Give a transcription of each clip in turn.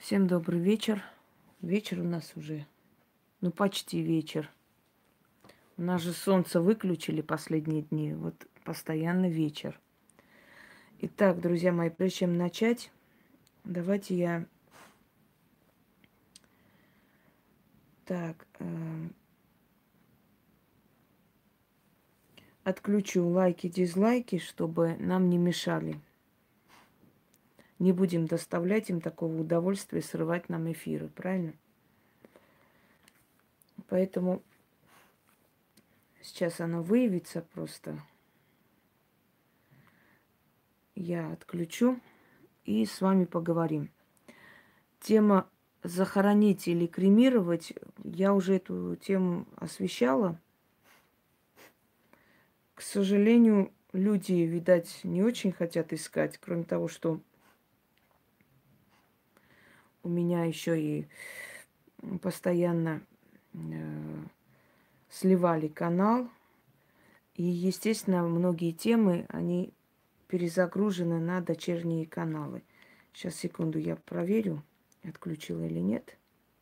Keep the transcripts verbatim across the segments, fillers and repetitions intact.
Всем добрый вечер. Вечер у нас уже, ну почти вечер. У нас же солнце выключили последние дни, вот постоянно вечер. Итак, друзья мои, прежде чем начать, давайте я так э, отключу лайки, дизлайки, чтобы нам не мешали. Не будем доставлять им такого удовольствия срывать нам эфиры, правильно? Поэтому сейчас оно выявится просто. Я отключу и с вами поговорим. Тема захоронить или кремировать, я уже эту тему освещала. К сожалению, люди, видать, не очень хотят искать, кроме того, что у меня еще и постоянно э, сливали канал. И, естественно, многие темы, они перезагружены на дочерние каналы. Сейчас, секунду, я проверю, отключила или нет.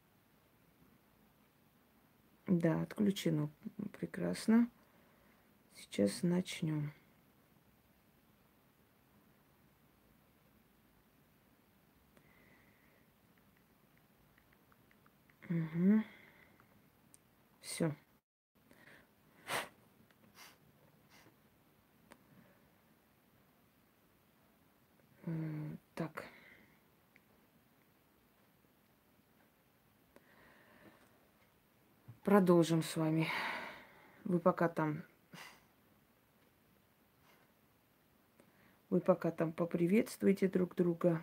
Да, отключено. Прекрасно. Сейчас начнем. Угу. Все. Так. Продолжим с вами. Вы пока там... Вы пока там поприветствуйте друг друга.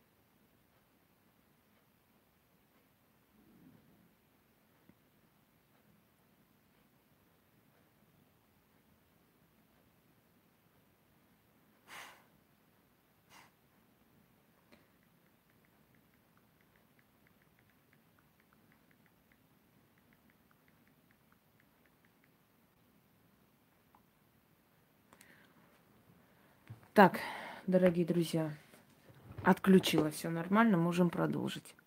Так, дорогие друзья, отключила, все нормально, можем продолжить.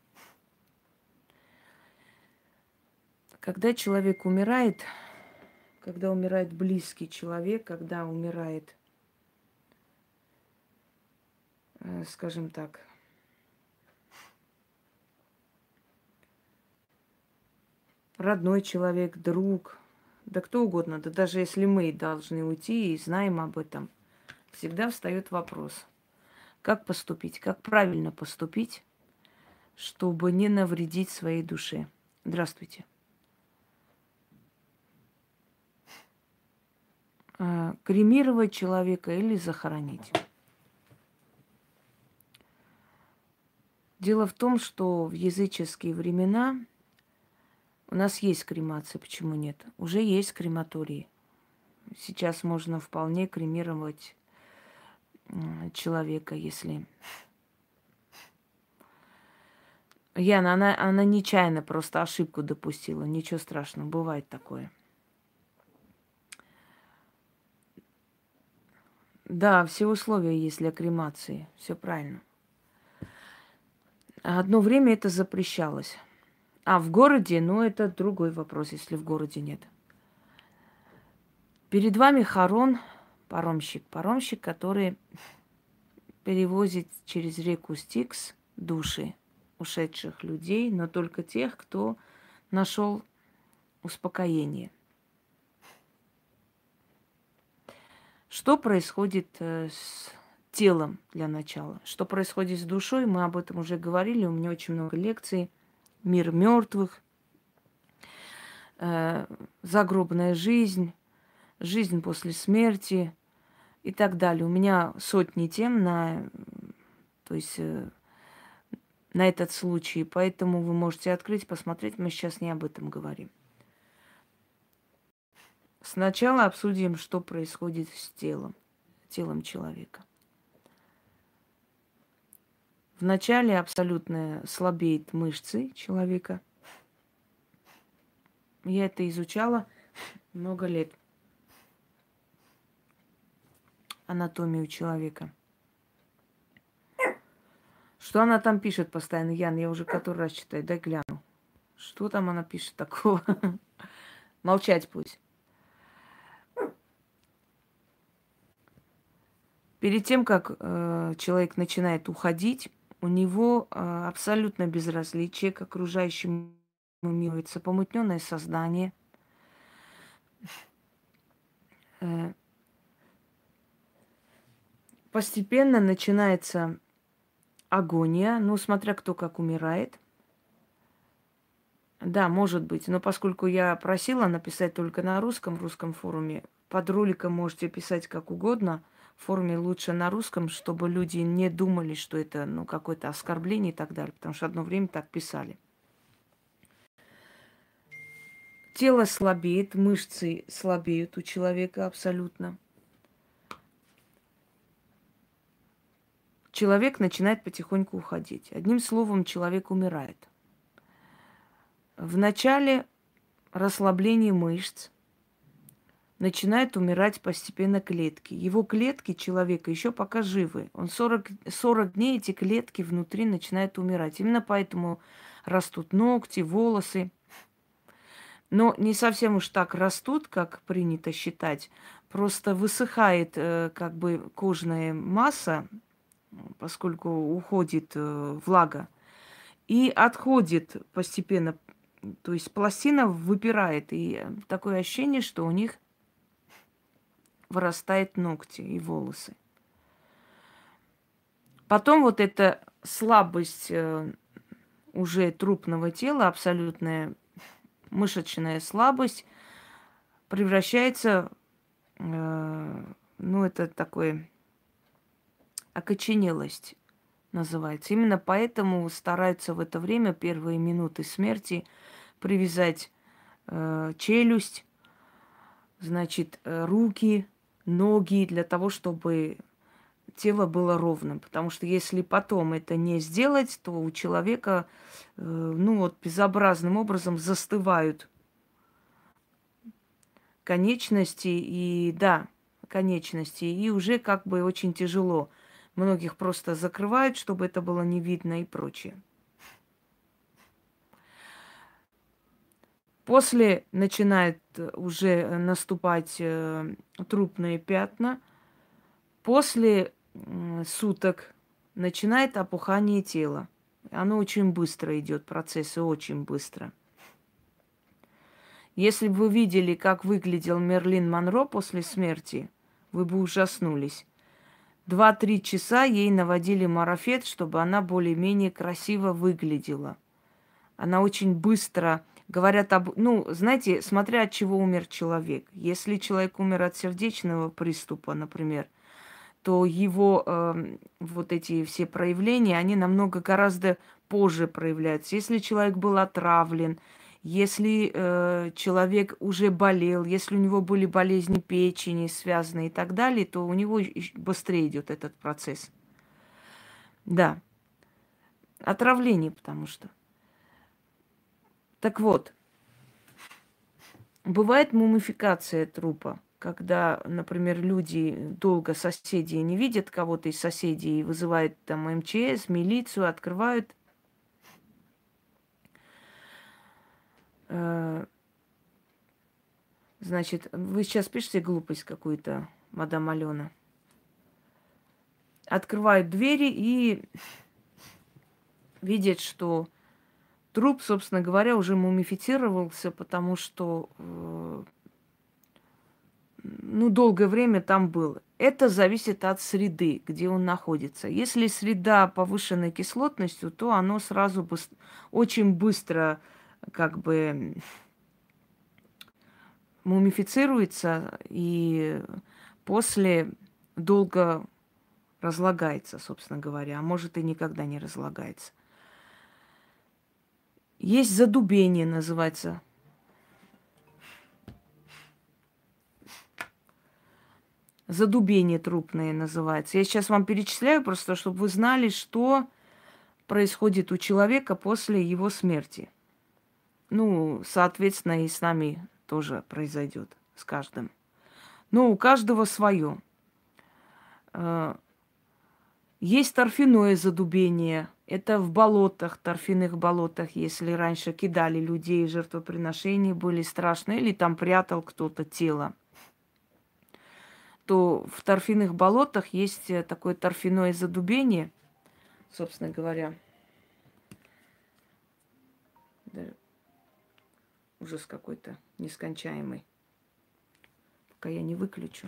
Когда человек умирает, когда умирает близкий человек, когда умирает, э, скажем так, родной человек, друг, да кто угодно, да даже если мы должны уйти и знаем об этом, всегда встает вопрос, как поступить, как правильно поступить, чтобы не навредить своей душе. Здравствуйте. А, кремировать человека или захоронить. Дело в том, что в языческие времена у нас есть кремация, почему нет? Уже есть крематории. Сейчас можно вполне кремировать человека, если... Яна, она, она нечаянно просто ошибку допустила. Ничего страшного, бывает такое. Да, все условия есть для кремации. Все правильно. А одно время это запрещалось. А в городе, ну, это другой вопрос, если в городе нет. Перед вами Харон, паромщик. Паромщик, который перевозит через реку Стикс души ушедших людей, но только тех, кто нашел успокоение. Что происходит с телом для начала? Что происходит с душой? Мы об этом уже говорили. У меня очень много лекций. Мир мертвых, э, загробная жизнь, жизнь после смерти и так далее. У меня сотни тем на, то есть, э, на этот случай, поэтому вы можете открыть, посмотреть. Мы сейчас не об этом говорим. Сначала обсудим, что происходит с телом, телом человека. Вначале абсолютно слабеют мышцы человека. Я это изучала много лет. Анатомию человека. Что она там пишет постоянно, Ян? Я уже который раз читаю. Дай гляну. Что там она пишет такого? Молчать пусть. Перед тем, как э, человек начинает уходить, у него э, абсолютно безразличие к окружающему миру, помутненное сознание. Э, постепенно начинается агония, ну, смотря кто как умирает. Да, может быть, но поскольку я просила написать только на русском, в русском форуме, под роликом можете писать как угодно. В форуме лучше на русском, чтобы люди не думали, что это ну, какое-то оскорбление и так далее. Потому что одно время так писали. Тело слабеет, мышцы слабеют у человека абсолютно. Человек начинает потихоньку уходить. Одним словом, человек умирает. В начале расслабления мышц начинают умирать постепенно клетки. Его клетки человека еще пока живы. Он сорок, сорок дней эти клетки внутри начинают умирать. Именно поэтому растут ногти, волосы. Но не совсем уж так растут, как принято считать. Просто высыхает э, как бы кожная масса, поскольку уходит э, влага. И отходит постепенно. То есть пластина выпирает. И такое ощущение, что у них вырастают ногти и волосы. Потом вот эта слабость э, уже трупного тела, абсолютная мышечная слабость, превращается, э, ну, это такое окоченелость называется. Именно поэтому стараются в это время, первые минуты смерти, привязать э, челюсть, значит, э, руки, ноги для того, чтобы тело было ровным. Потому что если потом это не сделать, то у человека, э, ну вот, безобразным образом застывают конечности. И да, конечности. И уже как бы очень тяжело. Многих просто закрывают, чтобы это было не видно и прочее. После начинает уже наступать э, трупные пятна. После э, суток начинает опухание тела. Оно очень быстро идет, процессы очень быстро. Если бы вы видели, как выглядел Мерлин Монро после смерти, вы бы ужаснулись. Два-три часа ей наводили марафет, чтобы она более-менее красиво выглядела. Она очень быстро... Говорят об... Ну, знаете, смотря от чего умер человек. Если человек умер от сердечного приступа, например, то его э, вот эти все проявления, они намного гораздо позже проявляются. Если человек был отравлен, если э, человек уже болел, если у него были болезни печени связанные и так далее, то у него быстрее идет этот процесс. Да. Отравление, потому что. Так вот, бывает мумификация трупа, когда, например, люди долго соседи не видят кого-то из соседей и вызывают там эм че эс, милицию, открывают. Значит, вы сейчас пишете глупость какую-то, мадам Алена. Открывают двери и видят, что труп, собственно говоря, уже мумифицировался, потому что э, ну, долгое время там был. Это зависит от среды, где он находится. Если среда повышенной кислотностью, то оно сразу быс- очень быстро как бы мумифицируется и после долго разлагается, собственно говоря, а может и никогда не разлагается. Есть задубение, называется. Задубение трупное называется. Я сейчас вам перечисляю просто, чтобы вы знали, что происходит у человека после его смерти. Ну, соответственно, и с нами тоже произойдет, с каждым. Но у каждого свое. Есть торфяное задубение, Это в болотах, торфяных болотах, если раньше кидали людей, жертвоприношения были страшные, или там прятал кто-то тело, то в торфяных болотах есть э, такое торфяное задубение, собственно говоря. Да, ужас какой-то нескончаемый. Пока я не выключу.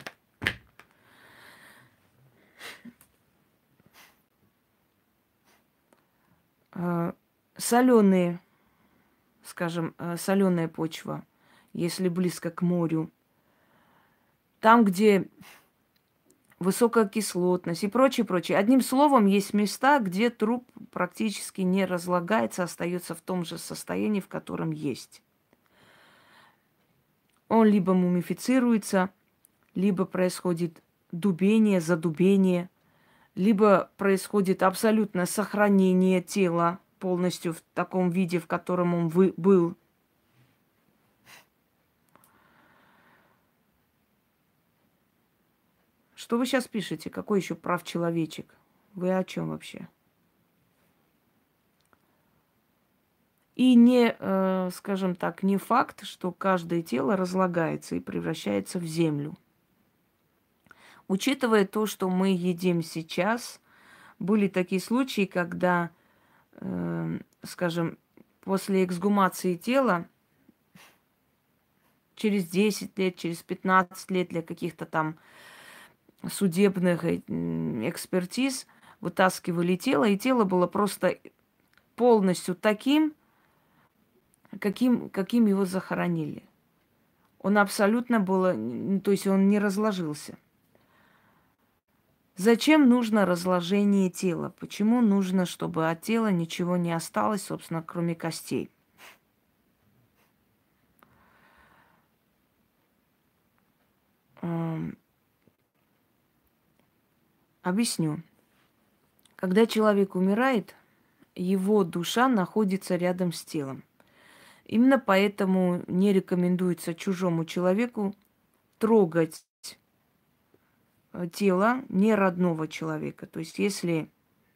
Соленые, скажем, соленая почва, если близко к морю, там, где высокая кислотность и прочее, прочее. Одним словом, есть места, где труп практически не разлагается, остается в том же состоянии, в котором есть. Он либо мумифицируется, либо происходит дубение, задубение, либо происходит абсолютное сохранение тела полностью в таком виде, в котором он вы, был. Что вы сейчас пишете? Какой еще прав человечек? Вы о чем вообще? И не, э, скажем так, не факт, что каждое тело разлагается и превращается в землю. Учитывая то, что мы едим сейчас, были такие случаи, когда, э, скажем, после эксгумации тела через десять лет, через пятнадцать лет для каких-то там судебных экспертиз вытаскивали тело, и тело было просто полностью таким, каким, каким его захоронили. Он абсолютно было, то есть он не разложился. Зачем нужно разложение тела? Почему нужно, чтобы от тела ничего не осталось, собственно, кроме костей? Объясню. Когда человек умирает, его душа находится рядом с телом. Именно поэтому не рекомендуется чужому человеку трогать тело неродного человека. То есть если,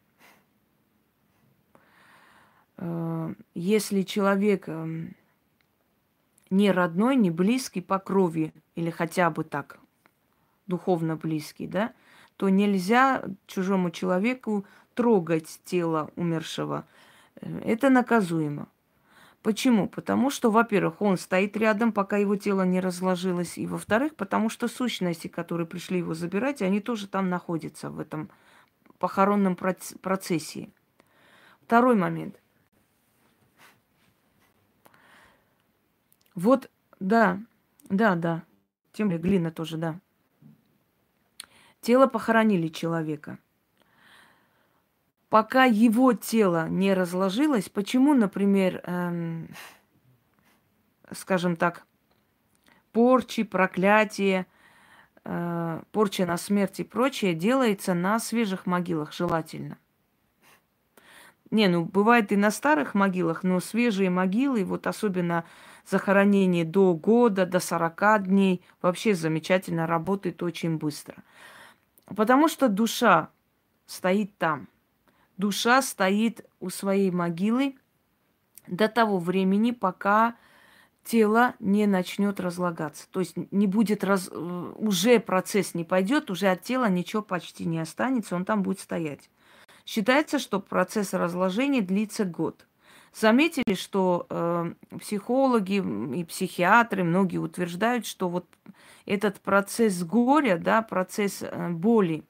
э, если человек э, не родной, не близкий по крови, или хотя бы так, духовно близкий, да, то нельзя чужому человеку трогать тело умершего. Это наказуемо. Почему? Потому что, во-первых, он стоит рядом, пока его тело не разложилось, и, во-вторых, потому что сущности, которые пришли его забирать, они тоже там находятся, в этом похоронном процессе. Второй момент. Вот, да, да, да, тем более глина тоже, да. Тело похоронили человека. Пока его тело не разложилось, почему, например, эм, скажем так, порчи, проклятие, э, порча на смерть и прочее делается на свежих могилах желательно? Не, ну бывает и на старых могилах, но свежие могилы, вот особенно захоронение до года, до сорока дней, вообще замечательно работает очень быстро. Потому что душа стоит там. Душа стоит у своей могилы до того времени, пока тело не начнет разлагаться. То есть не будет раз... уже процесс не пойдет, уже от тела ничего почти не останется, он там будет стоять. Считается, что процесс разложения длится год. Заметили, что э, психологи и психиатры, многие утверждают, что вот этот процесс горя, да, процесс э, боли,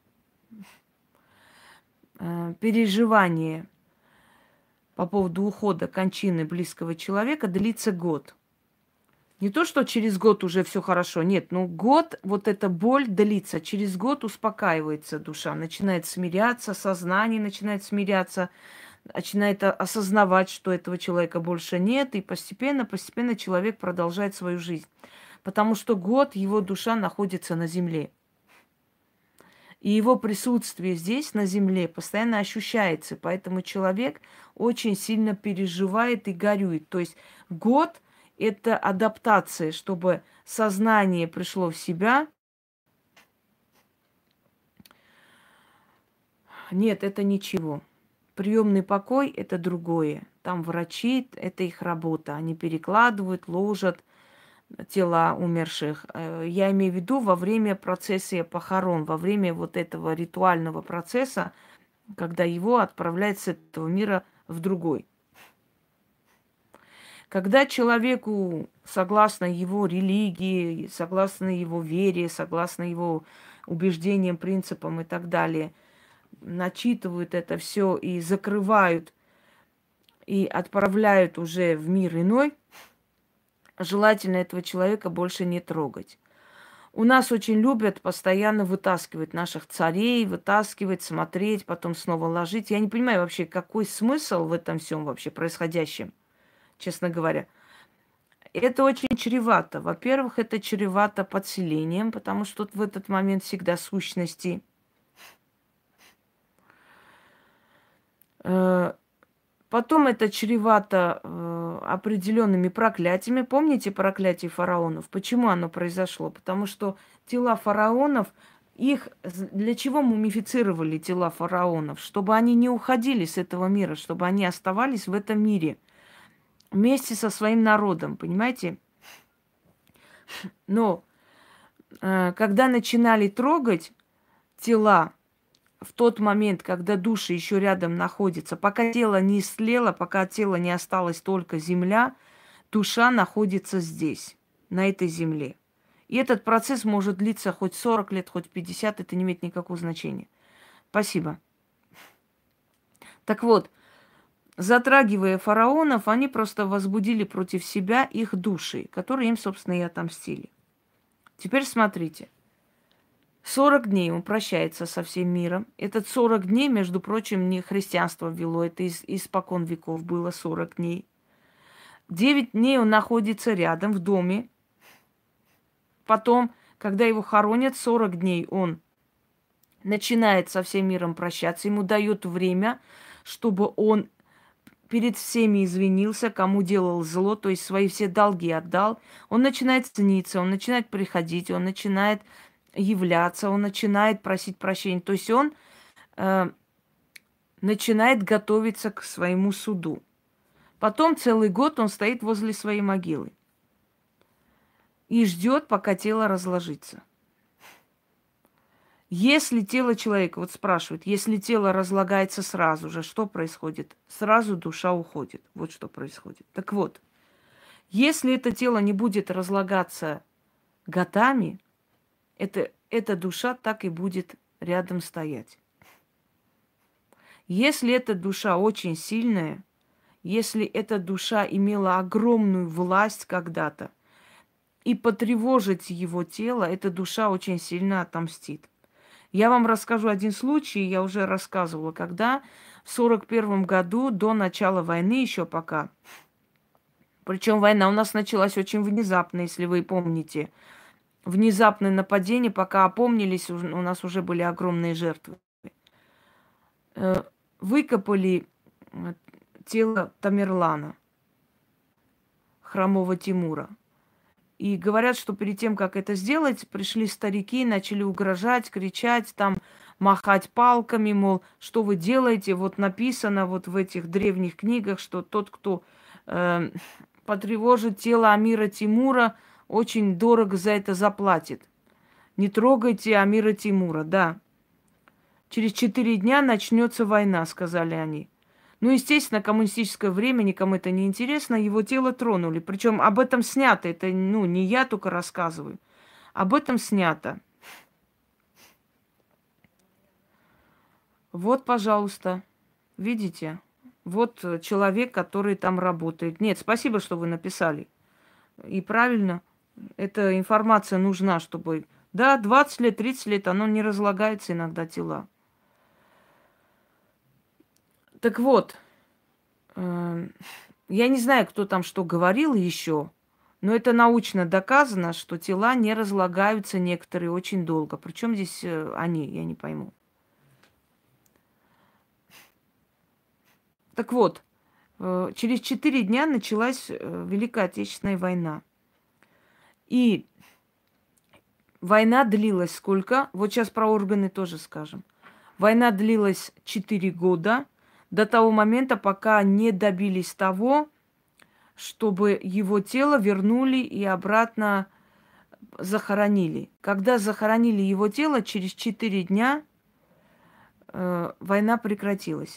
э, переживания по поводу ухода, кончины близкого человека длится год. Не то, что через год уже все хорошо, нет, но год вот эта боль длится, через год успокаивается душа, начинает смиряться, сознание начинает смиряться, начинает осознавать, что этого человека больше нет, и постепенно, постепенно человек продолжает свою жизнь. Потому что год его душа находится на земле. И его присутствие здесь, на земле, постоянно ощущается. Поэтому человек очень сильно переживает и горюет. То есть год – это адаптация, чтобы сознание пришло в себя. Нет, это ничего. Приемный покой – это другое. Там врачи, это их работа. Они перекладывают, ложат тела умерших. Э, Я имею в виду во время процессии похорон, во время вот этого ритуального процесса, когда его отправляют с этого мира в другой. Когда человеку, согласно его религии, согласно его вере, согласно его убеждениям, принципам и так далее, начитывают это все и закрывают, и отправляют уже в мир иной, желательно этого человека больше не трогать. У нас очень любят постоянно вытаскивать наших царей, вытаскивать, смотреть, потом снова ложить. Я не понимаю вообще, какой смысл в этом всем вообще происходящем, честно говоря. Это очень чревато. Во-первых, это чревато подселением, потому что в этот момент всегда сущности. Э, Потом это чревато э, определенными проклятиями. Помните проклятие фараонов? Почему оно произошло? Потому что тела фараонов, их з- для чего мумифицировали тела фараонов? Чтобы они не уходили с этого мира, чтобы они оставались в этом мире вместе со своим народом, понимаете? Но э, когда начинали трогать тела, в тот момент, когда души еще рядом находятся, пока тело не истлело, пока от тела не осталась только земля, душа находится здесь, на этой земле. И этот процесс может длиться хоть сорок лет, хоть пятьдесят, это не имеет никакого значения. Спасибо. Так вот, затрагивая фараонов, они просто возбудили против себя их души, которые им, собственно, и отомстили. Теперь смотрите. сорок дней он прощается со всем миром. Этот сорок дней, между прочим, не христианство ввело, это из, испокон веков было сорок дней. девять дней он находится рядом, в доме. Потом, когда его хоронят, сорок дней он начинает со всем миром прощаться. Ему дают время, чтобы он перед всеми извинился, кому делал зло, то есть свои все долги отдал. Он начинает цениться, он начинает приходить, он начинает являться, он начинает просить прощения. То есть он э, начинает готовиться к своему суду. Потом целый год он стоит возле своей могилы и ждет, пока тело разложится. Если тело человека, вот спрашивают, если тело разлагается сразу же, что происходит? Сразу душа уходит. Вот что происходит. Так вот, если это тело не будет разлагаться годами, это, эта душа так и будет рядом стоять. Если эта душа очень сильная, если эта душа имела огромную власть когда-то, и потревожить его тело, эта душа очень сильно отомстит. Я вам расскажу один случай, я уже рассказывала, когда в сорок первом году, до начала войны еще пока, причем война у нас началась очень внезапно, если вы помните, внезапное нападение, пока опомнились, у нас уже были огромные жертвы. Выкопали тело Тамерлана, хромого Тимура. И говорят, что перед тем, как это сделать, пришли старики, начали угрожать, кричать, там, махать палками, мол, что вы делаете? Вот написано вот в этих древних книгах, что тот, кто э, потревожит тело Амира Тимура, очень дорого за это заплатит. Не трогайте Амира Тимура, да. Через четыре дня начнется война, сказали они. Ну, естественно, коммунистическое время, никому это не интересно, его тело тронули. Причем об этом снято, это, ну, не я только рассказываю. Об этом снято. Вот, пожалуйста, видите? Вот человек, который там работает. Нет, спасибо, что вы написали. И правильно, эта информация нужна, чтобы... Да, двадцать лет, тридцать лет, оно не разлагается иногда, тела. Так вот, э, я не знаю, кто там что говорил еще, но это научно доказано, что тела не разлагаются некоторые очень долго. Причем здесь э, они, я не пойму. Так вот, э, через четыре дня началась э, Великая Отечественная война. И война длилась сколько? Вот сейчас про органы тоже скажем. Война длилась четыре года. до того момента, пока не добились того, чтобы его тело вернули и обратно захоронили. Когда захоронили его тело, через четыре дня э, война прекратилась.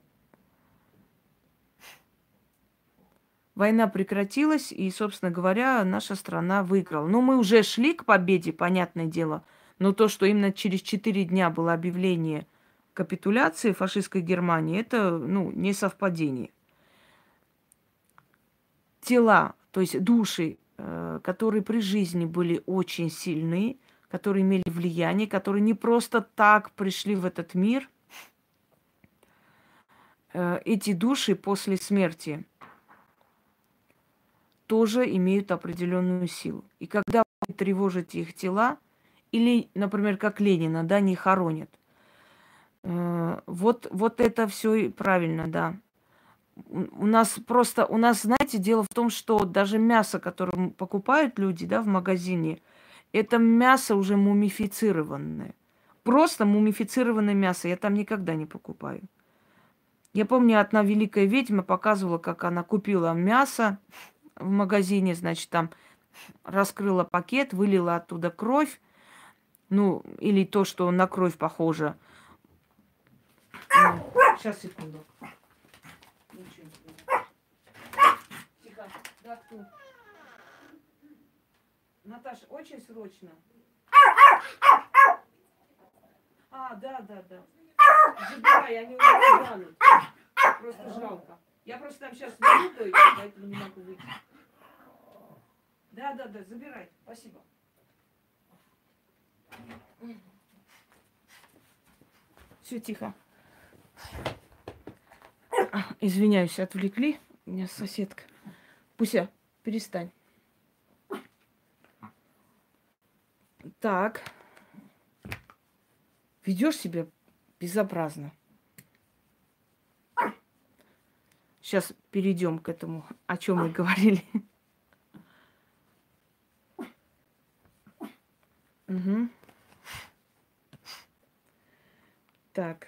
Война прекратилась, и, собственно говоря, наша страна выиграла. Но мы уже шли к победе, понятное дело. Но то, что именно через четыре дня было объявление капитуляции фашистской Германии, это, ну, не совпадение. Тела, то есть души, э, которые при жизни были очень сильны, которые имели влияние, которые не просто так пришли в этот мир, э, эти души после смерти тоже имеют определенную силу. И когда вы тревожите их тела, или, например, как Ленина, да, не хоронят, э, вот, вот это все правильно, да. У нас просто, у нас, знаете, дело в том, что даже мясо, которое покупают люди, да, в магазине, это мясо уже мумифицированное. Просто мумифицированное мясо. Я там никогда не покупаю. Я помню, одна великая ведьма показывала, как она купила мясо в магазине, значит, там раскрыла пакет, вылила оттуда кровь, ну, или то, что на кровь похоже. Сейчас, секунду. Тихо. Да, кто? Наташа, очень срочно. А, да, да, да. Забирай, они уже тянут. Просто жалко. Я просто там сейчас выйду, поэтому не могу выйти. Да, да, да, забирай. Спасибо. Все, тихо. Извиняюсь, отвлекли. У меня соседка. Пуся, перестань. Так. Ведешь себя безобразно. Сейчас перейдем к этому, о чем мы говорили. Угу. Так.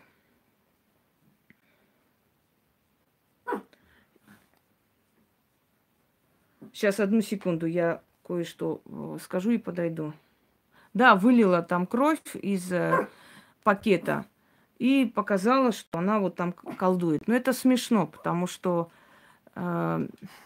Сейчас, одну секунду, я кое-что скажу и подойду. Да, вылила там кровь из э, пакета и показала, что она вот там колдует. Но это смешно, потому что э,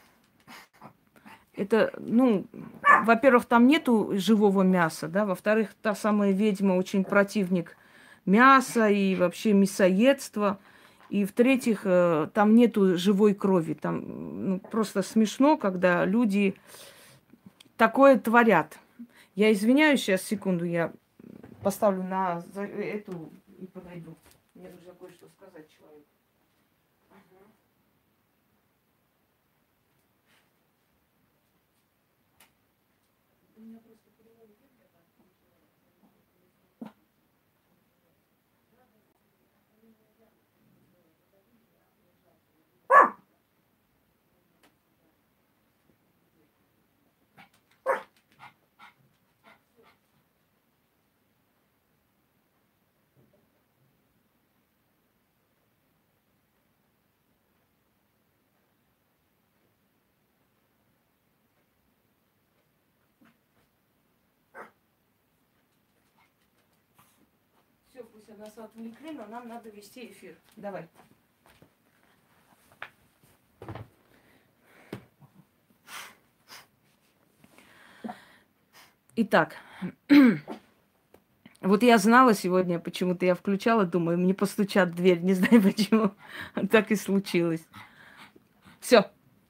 это, ну, во-первых, там нету живого мяса, да, во-вторых, та самая ведьма очень противник мяса и вообще мясоедства. И в-третьих, э, там нету живой крови. Там ну, просто смешно, когда люди такое творят. Я извиняюсь, сейчас, секунду, я поставлю на эту и подойду. Мне нужно кое-что сказать человеку. У меня просто перевод идет, я так все, пусть нас отвлекли, но нам надо вести эфир. Давай. Итак, вот я знала сегодня, почему-то я включала, думаю, мне постучат в дверь, не знаю почему. Так и случилось. Все.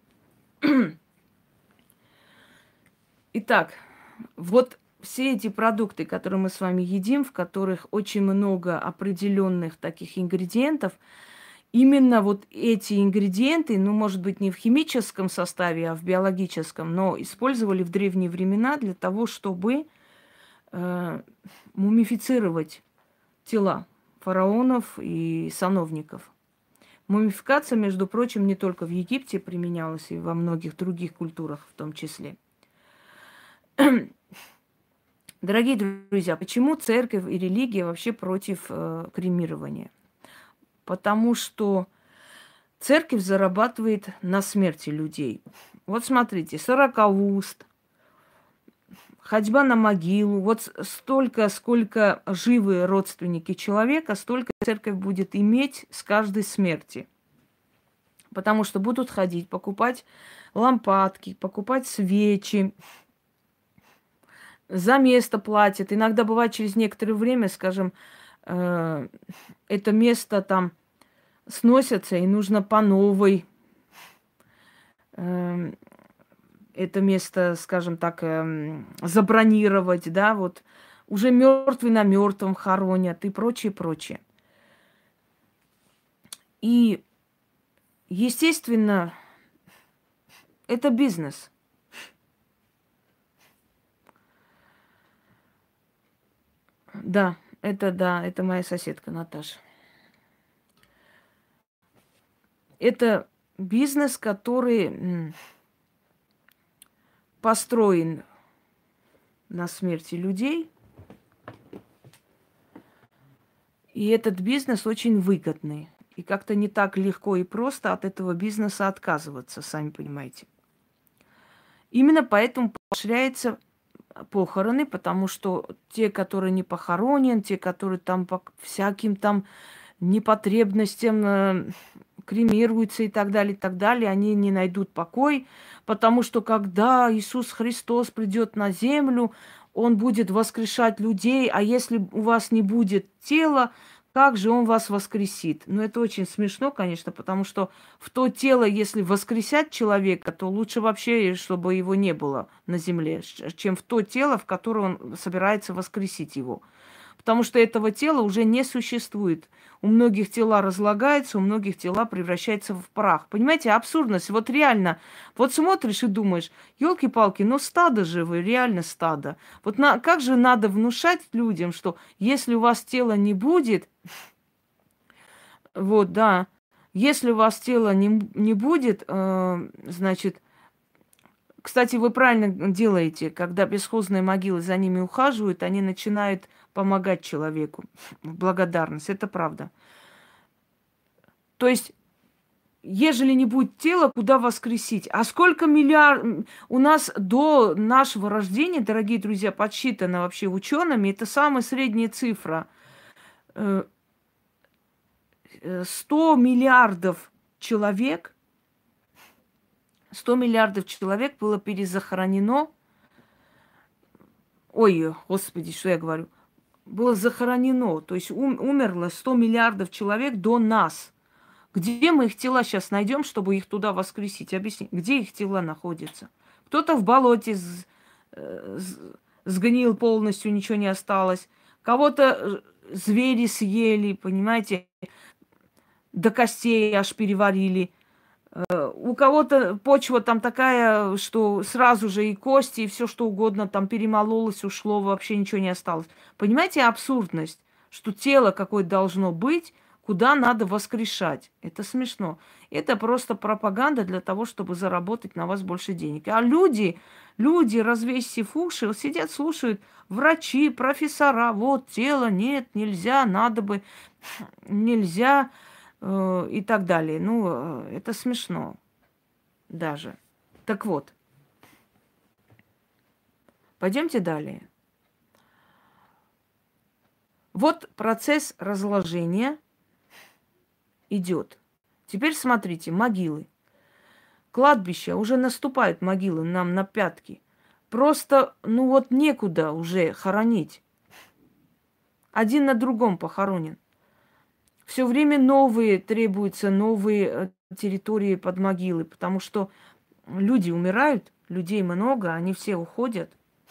Итак, вот все эти продукты, которые мы с вами едим, в которых очень много определенных таких ингредиентов, именно вот эти ингредиенты, ну, может быть, не в химическом составе, а в биологическом, но использовали в древние времена для того, чтобы э, мумифицировать тела фараонов и сановников. Мумификация, между прочим, не только в Египте применялась, и во многих других культурах в том числе. Дорогие друзья, почему церковь и религия вообще против э, кремирования? Потому что Церковь зарабатывает на смерти людей. Вот смотрите, сорокауст, ходьба на могилу. Вот столько, сколько живы родственники человека, столько церковь будет иметь с каждой смерти. Потому что будут ходить, покупать лампадки, покупать свечи, за место платят. Иногда бывает через некоторое время, скажем, э, это место там сносятся, и нужно по новой э, это место, скажем так, э, забронировать, да, вот уже мертвый на мертвом хоронят и прочее, прочее. И, естественно, это бизнес. Да, это да, это моя соседка Наташа. Это бизнес, который построен на смерти людей. И этот бизнес очень выгодный. И как-то не так легко и просто от этого бизнеса отказываться, сами понимаете. Именно поэтому поощряются похороны, потому что те, которые не похоронены, те, которые там по всяким там непотребностям э, кремируются и так далее, и так далее, они не найдут покой, потому что когда Иисус Христос придет на землю, Он будет воскрешать людей, а если у вас не будет тела, как же Он вас воскресит? Ну, это очень смешно, конечно, потому что в то тело, если воскресять человека, то лучше вообще, чтобы его не было на земле, чем в то тело, в которое Он собирается воскресить его. Потому что этого тела уже не существует. У многих тела разлагаются, у многих тела превращаются в прах. Понимаете, абсурдность. Вот реально, вот смотришь и думаешь, елки-палки, ну стадо же вы, реально стадо. Вот на, как же надо внушать людям, что если у вас тела не будет, вот, да, если у вас тела не, не будет, э, значит, кстати, вы правильно делаете, когда бесхозные могилы за ними ухаживают, они начинают помогать человеку в благодарность. Это правда. То есть, ежели не будет тела, куда воскресить? А сколько миллиард... У нас до нашего рождения, дорогие друзья, подсчитано вообще учеными, это самая средняя цифра. сто миллиардов человек, сто миллиардов человек было перезахоронено. Ой, господи, что я говорю? Было захоронено, то есть ум, умерло сто миллиардов человек до нас. Где мы их тела сейчас найдем, чтобы их туда воскресить? Объясни, где их тела находятся? Кто-то в болоте сгнил полностью, ничего не осталось. Кого-то звери съели, понимаете, до костей аж переварили. У кого-то почва там такая, что сразу же и кости, и все что угодно там перемололось, ушло, вообще ничего не осталось. Понимаете абсурдность, что тело какое должно быть, куда надо воскрешать. Это смешно. Это просто пропаганда для того, чтобы заработать на вас больше денег. А люди, люди, развесив уши, сидят, слушают, врачи, профессора, вот тело, нет, нельзя, надо бы, нельзя... и так далее. Ну, это смешно даже. Так вот, пойдемте далее. Вот процесс разложения идет. Теперь смотрите, могилы. Кладбища, уже наступают могилы нам на пятки. Просто, ну вот некуда уже хоронить. Один на другом похоронен. Все время новые требуются, новые территории под могилы, потому что люди умирают, людей много, они все уходят.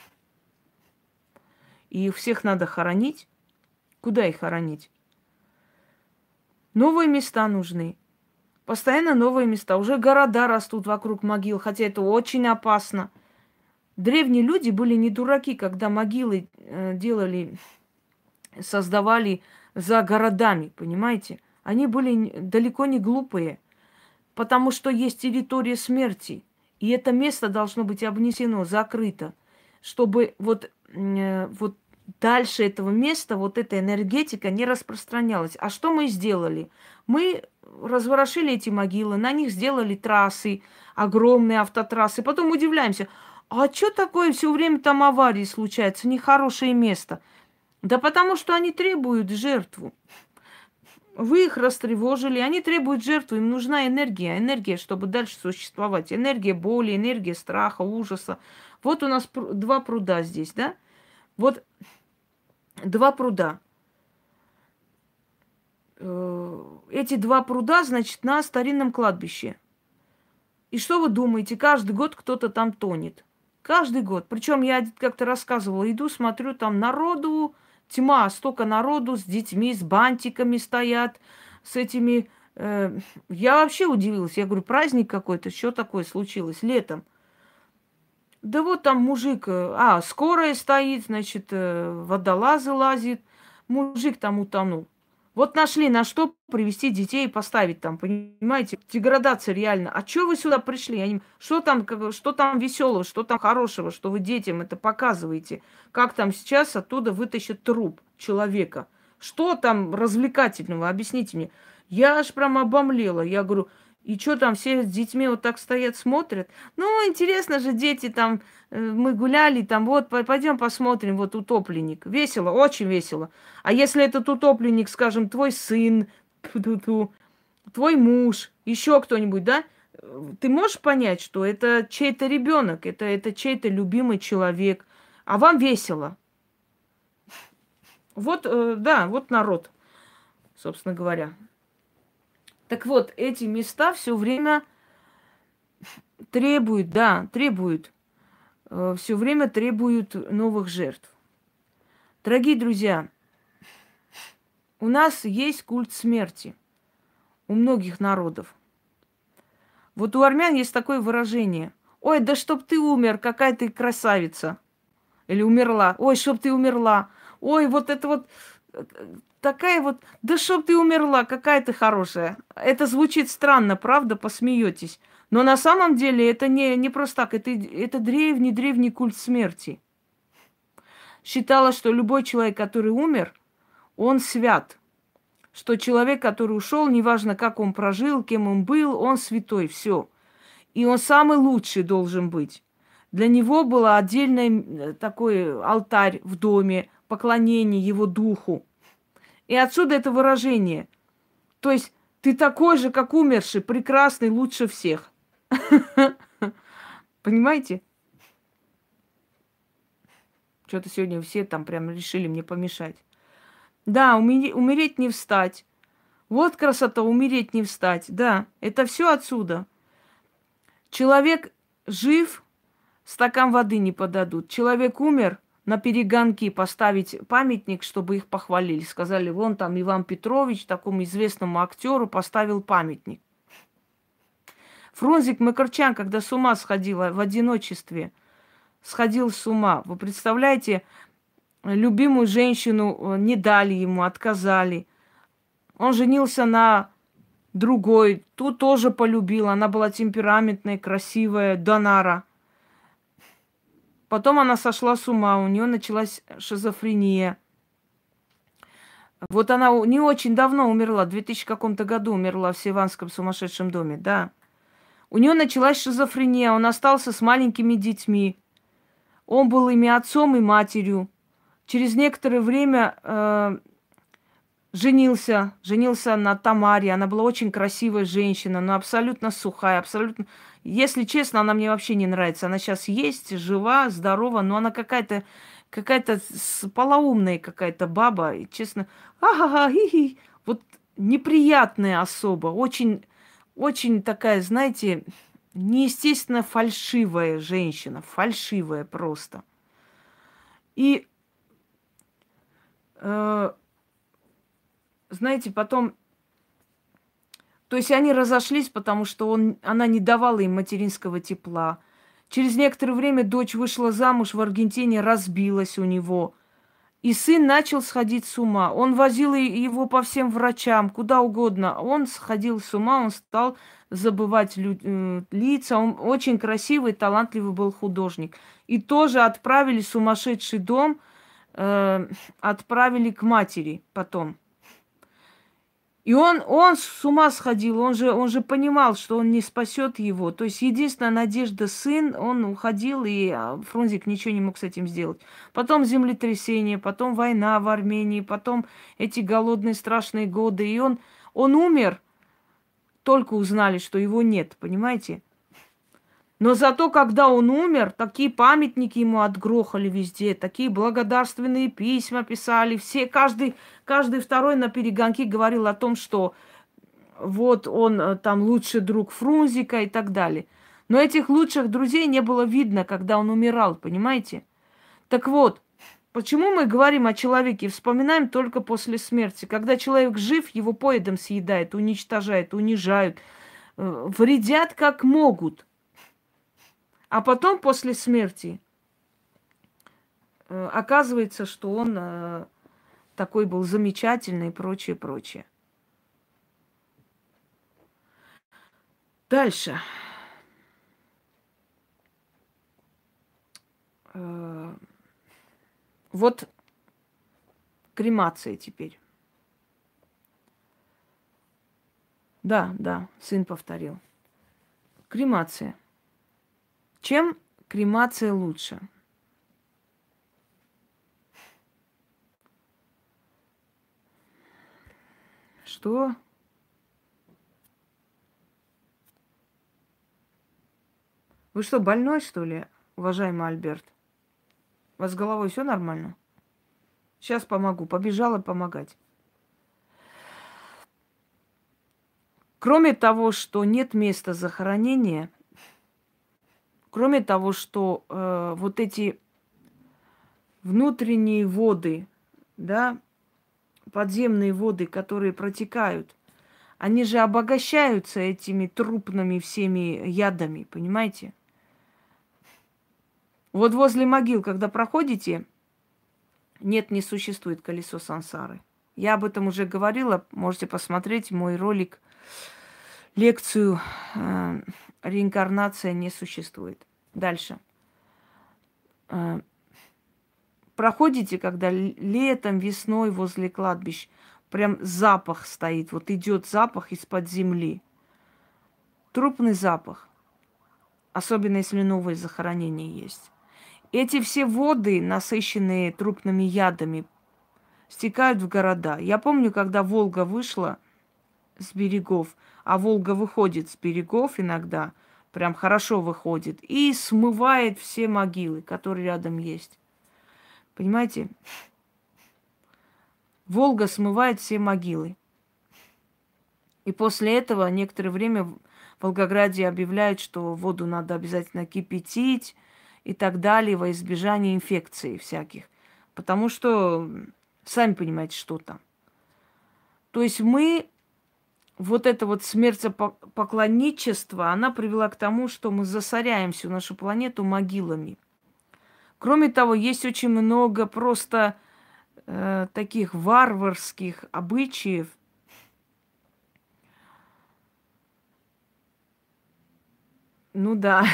И их всех надо хоронить. Куда их хоронить? Новые места нужны. Постоянно новые места. Уже города растут вокруг могил, хотя это очень опасно. Древние люди были не дураки, когда могилы делали, создавали за городами, понимаете? Они были далеко не глупые, потому что есть территория смерти, и это место должно быть обнесено, закрыто, чтобы вот, э, вот дальше этого места вот эта энергетика не распространялась. А что мы сделали? Мы разворошили эти могилы, на них сделали трассы, огромные автотрассы. Потом удивляемся, а что такое все время там аварии случаются, нехорошее место? Да потому что они требуют жертву. Вы их растревожили, они требуют жертву, им нужна энергия, энергия, чтобы дальше существовать. Энергия боли, энергия страха, ужаса. Вот у нас пр- два пруда здесь, да? Вот два пруда. Э, Эти два пруда, значит, на старинном кладбище. И что вы думаете, каждый год кто-то там тонет. Каждый год. Причем я как-то рассказывала, иду, смотрю, там народу, тьма, столько народу с детьми, с бантиками стоят, с этими... э, я вообще удивилась. Я говорю, праздник какой-то, что такое случилось летом? Да вот там мужик, э, а, скорая стоит, значит, э, водолазы лазит, мужик там утонул. Вот нашли, на что привести детей и поставить там, понимаете? Деградация реально. А чё вы сюда пришли? Они, что там, как- что там веселого, что там хорошего, что вы детям это показываете? Как там сейчас оттуда вытащат труп человека? Что там развлекательного? Объясните мне. Я аж прям обомлела. Я говорю, и что там все с детьми вот так стоят, смотрят? Ну, интересно же, дети там, э, мы гуляли, там, вот, пойдем посмотрим, вот утопленник. Весело, очень весело. А если этот утопленник, скажем, твой сын, тьфу-тьфу-тьфу, твой муж, еще кто-нибудь, да? э, Ты можешь понять, что это чей-то ребенок, это, это чей-то любимый человек, а вам весело. Вот, э, да, вот народ, собственно говоря. Так вот, эти места все время требуют, да, требуют, все время требуют новых жертв. Дорогие друзья, у нас есть культ смерти у многих народов. Вот у армян есть такое выражение. Ой, да чтоб ты умер, какая ты красавица. Или умерла. Ой, чтоб ты умерла. Ой, вот это вот э, такая вот, да чтоб ты умерла, какая ты хорошая. Это звучит странно, правда, посмеетесь. Но на самом деле это не, не просто так, это, это древний-древний культ смерти. Считалось, что любой человек, который умер, он свят. Что человек, который ушел, неважно, как он прожил, кем он был, он святой, все. И он самый лучший должен быть. Для него был отдельный такой алтарь в доме, поклонение его духу. И отсюда это выражение. То есть ты такой же, как умерший, прекрасный, лучше всех. Понимаете? Что-то сегодня все там прям решили мне помешать. Да, умереть не встать. Вот красота, умереть не встать. Да, это все отсюда. Человек жив, стакан воды не подадут. Человек умер, на перегонки поставить памятник, чтобы их похвалили. Сказали, вон там Иван Петрович, такому известному актеру, поставил памятник. Фрунзик Макарчан, когда с ума сходила в одиночестве, сходил с ума. Вы представляете, любимую женщину не дали ему, отказали. Он женился на другой, ту тоже полюбил. Она была темпераментная, красивая, Донара. Потом она сошла с ума, у нее началась шизофрения. Вот она не очень давно умерла, в две тысячи каком-то году умерла в Севанском сумасшедшем доме, да. У нее началась шизофрения, он остался с маленькими детьми. Он был ими отцом и матерью. Через некоторое время э, женился, женился на Тамаре. Она была очень красивая женщина, но абсолютно сухая, абсолютно... Если честно, она мне вообще не нравится. Она сейчас есть, жива, здорова, но она какая-то какая-то полоумная какая-то баба. И, честно, ага, хи-хи. Вот неприятная особа, очень, очень такая, знаете, неестественно фальшивая женщина, фальшивая просто. И, э, знаете, потом... То есть они разошлись, потому что он, она не давала им материнского тепла. Через некоторое время дочь вышла замуж в Аргентине, разбилась у него. И сын начал сходить с ума. Он возил его по всем врачам, куда угодно. Он сходил с ума, он стал забывать лю- э, лица. Он очень красивый, талантливый был художник. И тоже отправили в сумасшедший дом, э, отправили к матери потом. И он, он с ума сходил, он же, он же понимал, что он не спасет его. То есть единственная надежда сын, он уходил, и а, Фрунзик ничего не мог с этим сделать. Потом землетрясение, потом война в Армении, потом эти голодные страшные годы. И он, он умер, только узнали, что его нет, понимаете? Но зато, когда он умер, такие памятники ему отгрохали везде, такие благодарственные письма писали. Все, каждый, каждый второй на перегонки говорил о том, что вот он э, там лучший друг Фрунзика и так далее. Но этих лучших друзей не было видно, когда он умирал, понимаете? Так вот, почему мы говорим о человеке, вспоминаем только после смерти? Когда человек жив, его поедом съедают, уничтожают, унижают, э, вредят как могут. А потом, после смерти, э, оказывается, что он э, такой был замечательный и прочее, прочее. Дальше. Э, вот кремация теперь. Да, да, сын повторил. Кремация. Чем кремация лучше? Что? Вы что, больной, что ли, уважаемый Альберт? У вас с головой все нормально? Сейчас помогу. Побежала помогать. Кроме того, что нет места захоронения, кроме того, что э, вот эти внутренние воды, да, подземные воды, которые протекают, они же обогащаются этими трупными всеми ядами, понимаете? Вот возле могил, когда проходите, нет, не существует колесо сансары. Я об этом уже говорила, можете посмотреть мой ролик, лекцию э, «Реинкарнация не существует». Дальше. Э, проходите, когда летом, весной возле кладбищ, прям запах стоит, вот идет запах из-под земли. Трупный запах. Особенно если новые захоронения есть. Эти все воды, насыщенные трупными ядами, стекают в города. Я помню, когда Волга вышла с берегов, а Волга выходит с берегов иногда, прям хорошо выходит, и смывает все могилы, которые рядом есть. Понимаете? Волга смывает все могилы. И после этого некоторое время в Волгограде объявляют, что воду надо обязательно кипятить и так далее, во избежание инфекций всяких. Потому что, сами понимаете, что там. То есть мы, вот это вот смертопоклонничество, она привела к тому, что мы засоряем всю нашу планету могилами. Кроме того, есть очень много просто э, таких варварских обычаев. Ну да.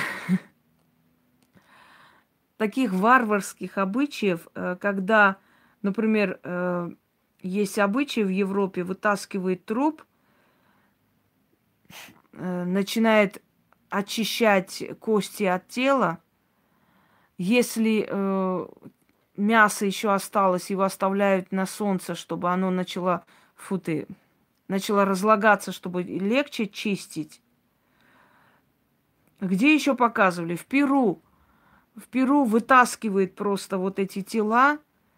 Таких варварских обычаев, когда, например, есть обычай в Европе, вытаскивает труп, начинает очищать кости от тела. Если мясо еще осталось, его оставляют на солнце, чтобы оно начало, фу ты, начало разлагаться, чтобы легче чистить. Где еще показывали? В Перу. В Перу вытаскивает просто вот эти тела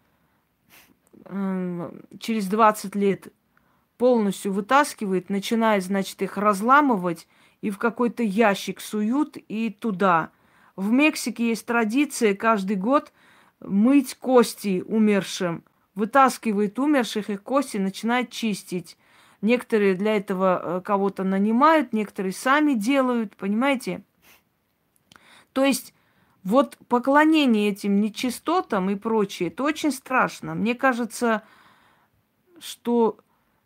э, через двадцать лет, полностью вытаскивает, начинает, значит, их разламывать и в какой-то ящик суют и туда. В Мексике есть традиция каждый год мыть кости умершим. Вытаскивает умерших, их кости начинает чистить. Некоторые для этого кого-то нанимают, некоторые сами делают, понимаете? То есть вот поклонение этим нечистотам и прочее, это очень страшно. Мне кажется, что,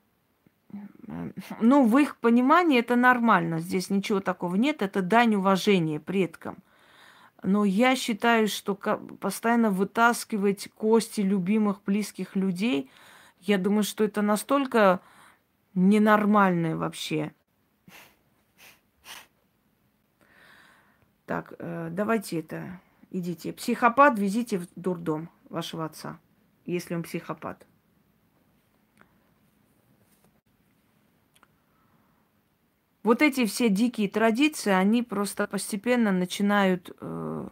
ну, в их понимании это нормально. Здесь ничего такого нет. Это дань уважения предкам. Но я считаю, что постоянно вытаскивать кости любимых, близких людей, я думаю, что это настолько Ненормальное вообще. Так, э, давайте это, идите. Психопат везите в дурдом вашего отца, если он психопат. Вот эти все дикие традиции, они просто постепенно начинают э,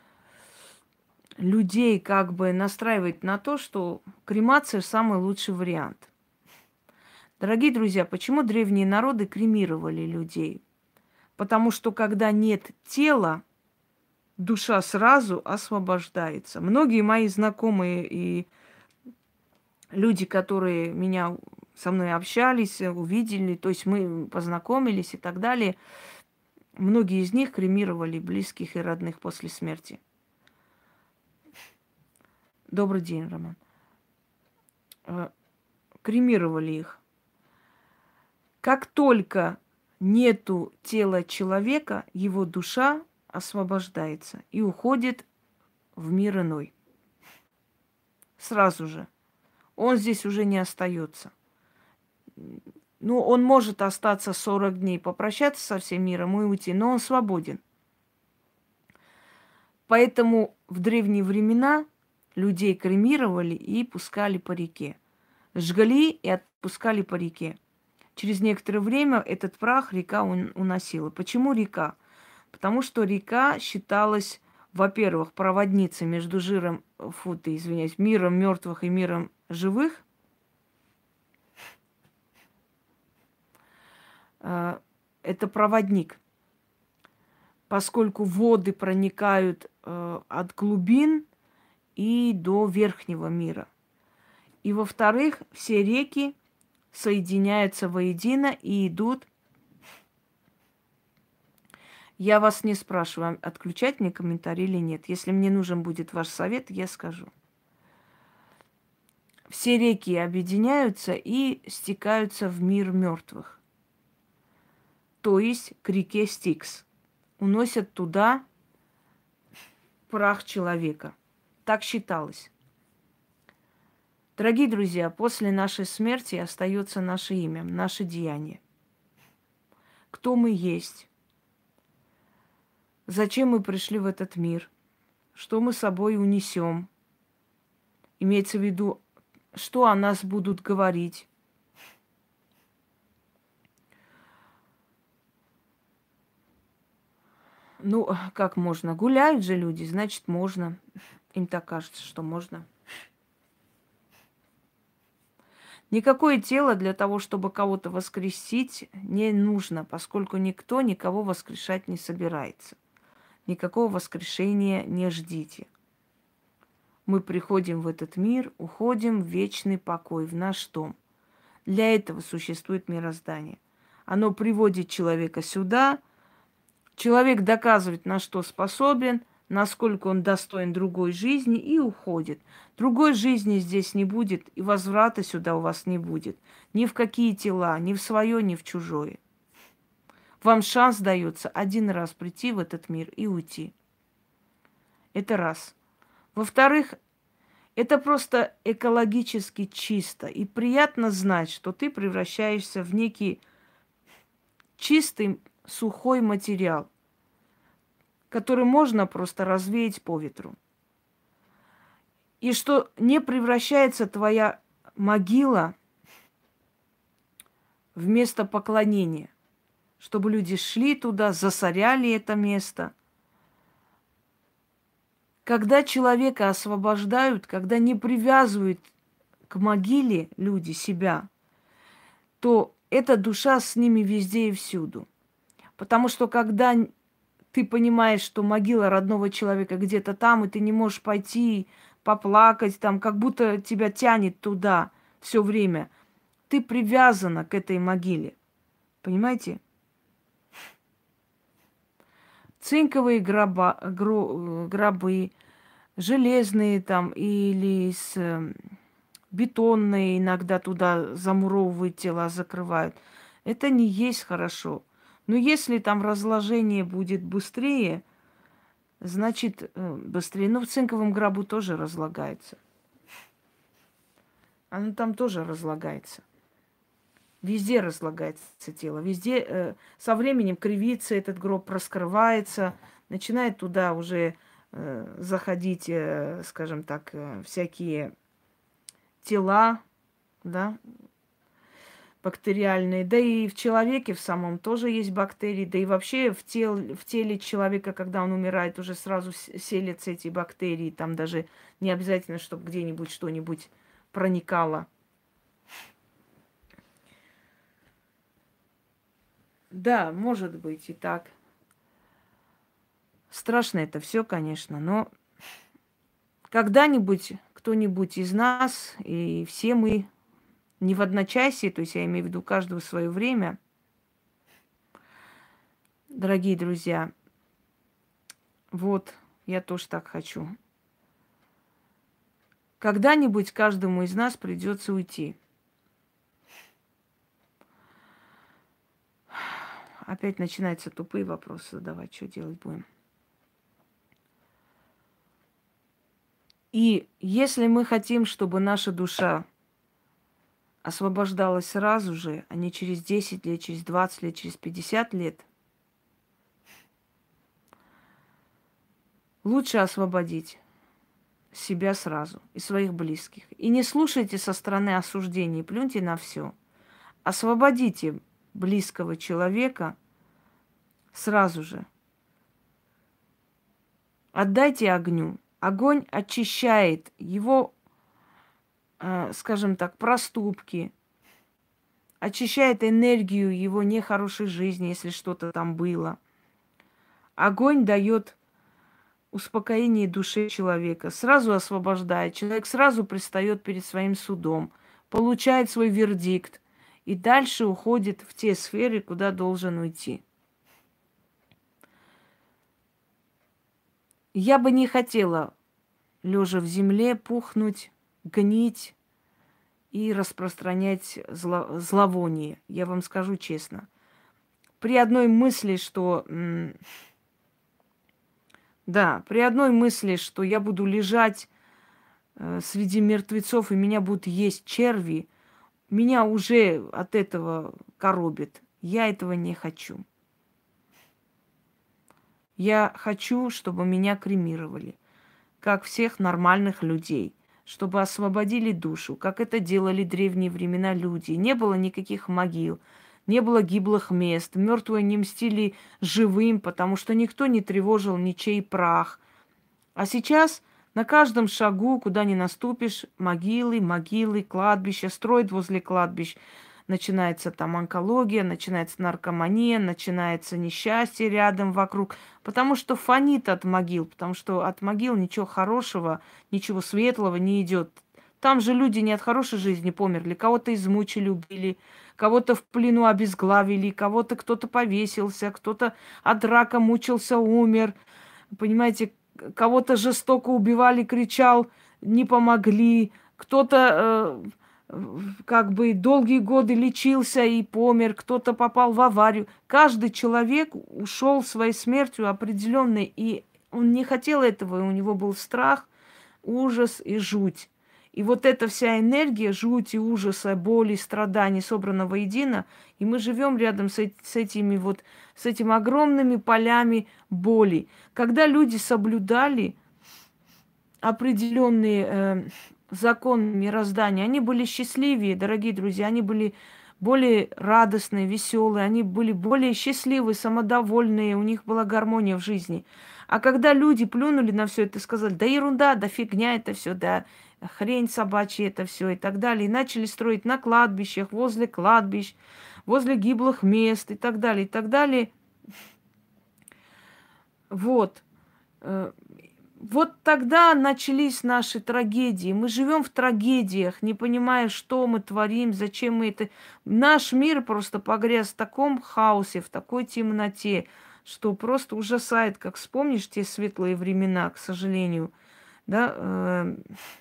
людей как бы настраивать на то, что кремация самый лучший вариант. Дорогие друзья, почему древние народы кремировали людей? Потому что когда нет тела, душа сразу освобождается. Многие мои знакомые и люди, которые меня со мной общались, увидели, то есть мы познакомились и так далее, многие из них кремировали близких и родных после смерти. Добрый день, Роман. Э, Кремировали их. Как только нету тела человека, его душа освобождается и уходит в мир иной. Сразу же. Он здесь уже не остается. Ну, он может остаться сорок дней, попрощаться со всем миром и уйти, но он свободен. Поэтому в древние времена людей кремировали и пускали по реке. Жгли и отпускали по реке. Через некоторое время этот прах река уносила. Почему река? Потому что река считалась, во-первых, проводницей между жиром, фу, ты, извиняюсь, миром мертвых и миром живых. Это проводник, поскольку воды проникают от глубин и до верхнего мира. И, во-вторых, все реки соединяются воедино и идут. Я вас не спрашиваю, отключать мне комментарий или нет. Если мне нужен будет ваш совет, я скажу. Все реки объединяются и стекаются в мир мертвых. То есть к реке Стикс. Уносят туда прах человека. Так считалось. Дорогие друзья, после нашей смерти остается наше имя, наше деяние. Кто мы есть? Зачем мы пришли в этот мир? Что мы с собой унесем? Имеется в виду, что о нас будут говорить? Ну, как можно? Гуляют же люди, значит, можно. Им так кажется, что можно. Никакое тело для того, чтобы кого-то воскресить, не нужно, поскольку никто никого воскрешать не собирается. Никакого воскрешения не ждите. Мы приходим в этот мир, уходим в вечный покой, в наш дом. Для этого существует мироздание. Оно приводит человека сюда. Человек доказывает, на что способен, насколько он достоин другой жизни, и уходит. Другой жизни здесь не будет, и возврата сюда у вас не будет. Ни в какие тела, ни в свое, ни в чужое. Вам шанс дается один раз прийти в этот мир и уйти. Это раз. Во-вторых, это просто экологически чисто. И приятно знать, что ты превращаешься в некий чистый, сухой материал, который можно просто развеять по ветру. И что не превращается твоя могила в место поклонения, чтобы люди шли туда, засоряли это место. Когда человека освобождают, когда не привязывают к могиле люди себя, то эта душа с ними везде и всюду. Потому что когда ты понимаешь, что могила родного человека где-то там, и ты не можешь пойти поплакать, там, как будто тебя тянет туда все время, ты привязана к этой могиле. Понимаете? Цинковые гроба, гро, гробы, железные там или с, бетонные, иногда туда замуровывают тела, закрывают. Это не есть хорошо. Но если там разложение будет быстрее, значит, быстрее. Ну, в цинковом гробу тоже разлагается. Оно там тоже разлагается. Везде разлагается тело, везде э, со временем кривится этот гроб, раскрывается, начинает туда уже э, заходить, э, скажем так, э, всякие тела, да, бактериальные. Да и в человеке в самом тоже есть бактерии. Да и вообще в, тел, в теле человека, когда он умирает, уже сразу селятся эти бактерии. Там даже не обязательно, чтобы где-нибудь что-нибудь проникало. Да, может быть и так. Страшно это все, конечно, но когда-нибудь кто-нибудь из нас, и все мы, не в одночасье, то есть я имею в виду каждого в свое время, дорогие друзья, вот, я тоже так хочу. Когда-нибудь каждому из нас придется уйти. Опять начинаются тупые вопросы задавать, что делать будем. И если мы хотим, чтобы наша душа освобождалась сразу же, а не через десять лет, через двадцать лет, через пятьдесят лет, лучше освободить себя сразу и своих близких. И не слушайте со стороны осуждений, плюньте на все. Освободите близкого человека сразу же. Отдайте огню. Огонь очищает его, э, скажем так, проступки, очищает энергию его нехорошей жизни, если что-то там было. Огонь дает успокоение души человека, сразу освобождает. Человек сразу предстает перед своим судом, получает свой вердикт и дальше уходит в те сферы, куда должен уйти. Я бы не хотела, лежа в земле, пухнуть, гнить и распространять зло, зловоние. Я вам скажу честно. При одной мысли, что... Да, при одной мысли, что я буду лежать э, среди мертвецов и меня будут есть черви, меня уже от этого коробит. Я этого не хочу. Я хочу, чтобы меня кремировали, как всех нормальных людей, чтобы освободили душу, как это делали в древние времена люди. Не было никаких могил, не было гиблых мест, мертвые не мстили живым, потому что никто не тревожил ничей прах. А сейчас на каждом шагу, куда ни наступишь, могилы, могилы, кладбища, строят возле кладбищ. Начинается там онкология, начинается наркомания, начинается несчастье рядом вокруг, потому что фонит от могил, потому что от могил ничего хорошего, ничего светлого не идет. Там же люди не от хорошей жизни померли, кого-то измучили, убили, кого-то в плену обезглавили, кого-то кто-то повесился, кто-то от рака мучился, умер. Понимаете, кого-то жестоко убивали, кричал, не помогли, кто-то... Э, как бы долгие годы лечился и помер, кто-то попал в аварию. Каждый человек ушел своей смертью определенной, и он не хотел этого, и у него был страх, ужас и жуть. И вот эта вся энергия жути, ужаса, боли, страданий собрана воедино, и мы живем рядом с, с этими вот, с этими огромными полями боли. Когда люди соблюдали определенные э, закон мироздания, они были счастливее, дорогие друзья, они были более радостные, веселые, они были более счастливые, самодовольные, у них была гармония в жизни. А когда люди плюнули на все это и сказали, да ерунда, да фигня это все, да хрень собачья это все и так далее, и начали строить на кладбищах, возле кладбищ, возле гиблых мест и так далее, и так далее. Вот. Вот тогда начались наши трагедии. Мы живем в трагедиях, не понимая, что мы творим, зачем мы это... Наш мир просто погряз в таком хаосе, в такой темноте, что просто ужасает, как вспомнишь те светлые времена, к сожалению. Да, э...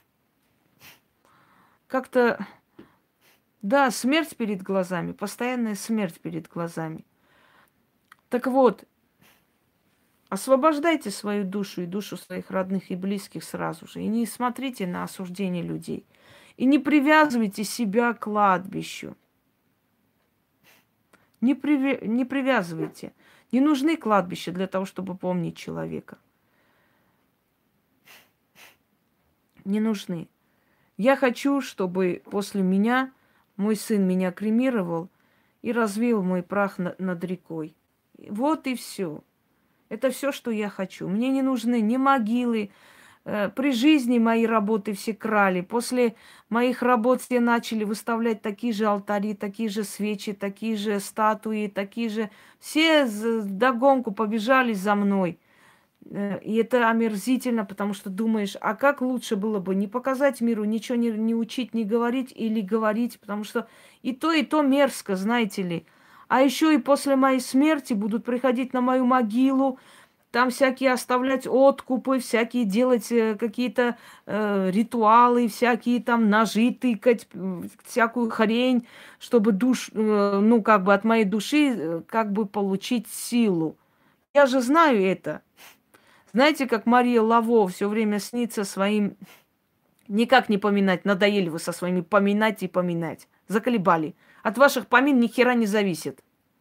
как-то... Да, смерть перед глазами, постоянная смерть перед глазами. Так вот, освобождайте свою душу и душу своих родных и близких сразу же. И не смотрите на осуждение людей. И не привязывайте себя к кладбищу. Не, приве- не привязывайте. Не нужны кладбища для того, чтобы помнить человека. Не нужны. Я хочу, чтобы после меня мой сын меня кремировал и развеял мой прах на- над рекой. Вот и все. Это все, что я хочу. Мне не нужны ни могилы. Э, При жизни мои работы все крали. После моих работ все начали выставлять такие же алтари, такие же свечи, такие же статуи, такие же... Все з- вдогонку побежали за мной. Э, И это омерзительно, потому что думаешь, а как лучше было бы не показать миру, ничего не, не учить, не говорить или говорить, потому что и то, и то мерзко, знаете ли. А еще и после моей смерти будут приходить на мою могилу, там всякие оставлять откупы, всякие делать э, какие-то э, ритуалы, всякие там ножи тыкать, м, всякую хрень, чтобы душ, э, ну, как бы от моей души, э, как бы получить силу. Я же знаю это. Знаете, как Мария Лаво все время снится своим... Никак не поминать. Надоели вы со своими поминать и поминать. Заколебали. От ваших помин ни хера не зависит.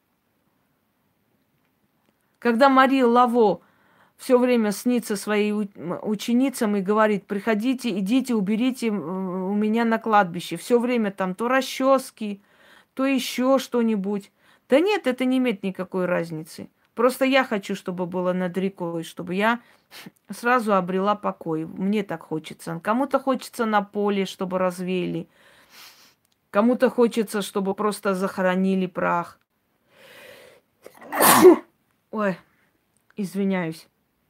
Когда Мария Лаво все время снится своим ученицам и говорит, приходите, идите, уберите у меня на кладбище. Все время там то расчески, то еще что-нибудь. Да нет, это не имеет никакой разницы. Просто я хочу, чтобы было над рекой, чтобы я сразу обрела покой. Мне так хочется. Кому-то хочется на поле, чтобы развеяли. Кому-то хочется, чтобы просто захоронили прах. Ой, извиняюсь.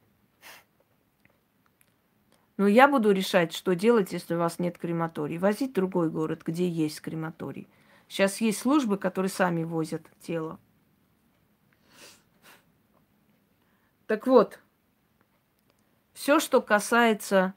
Но я буду решать, что делать, если у вас нет крематорий. Возить в другой город, где есть крематорий. Сейчас есть службы, которые сами возят тело. Так вот, все, что касается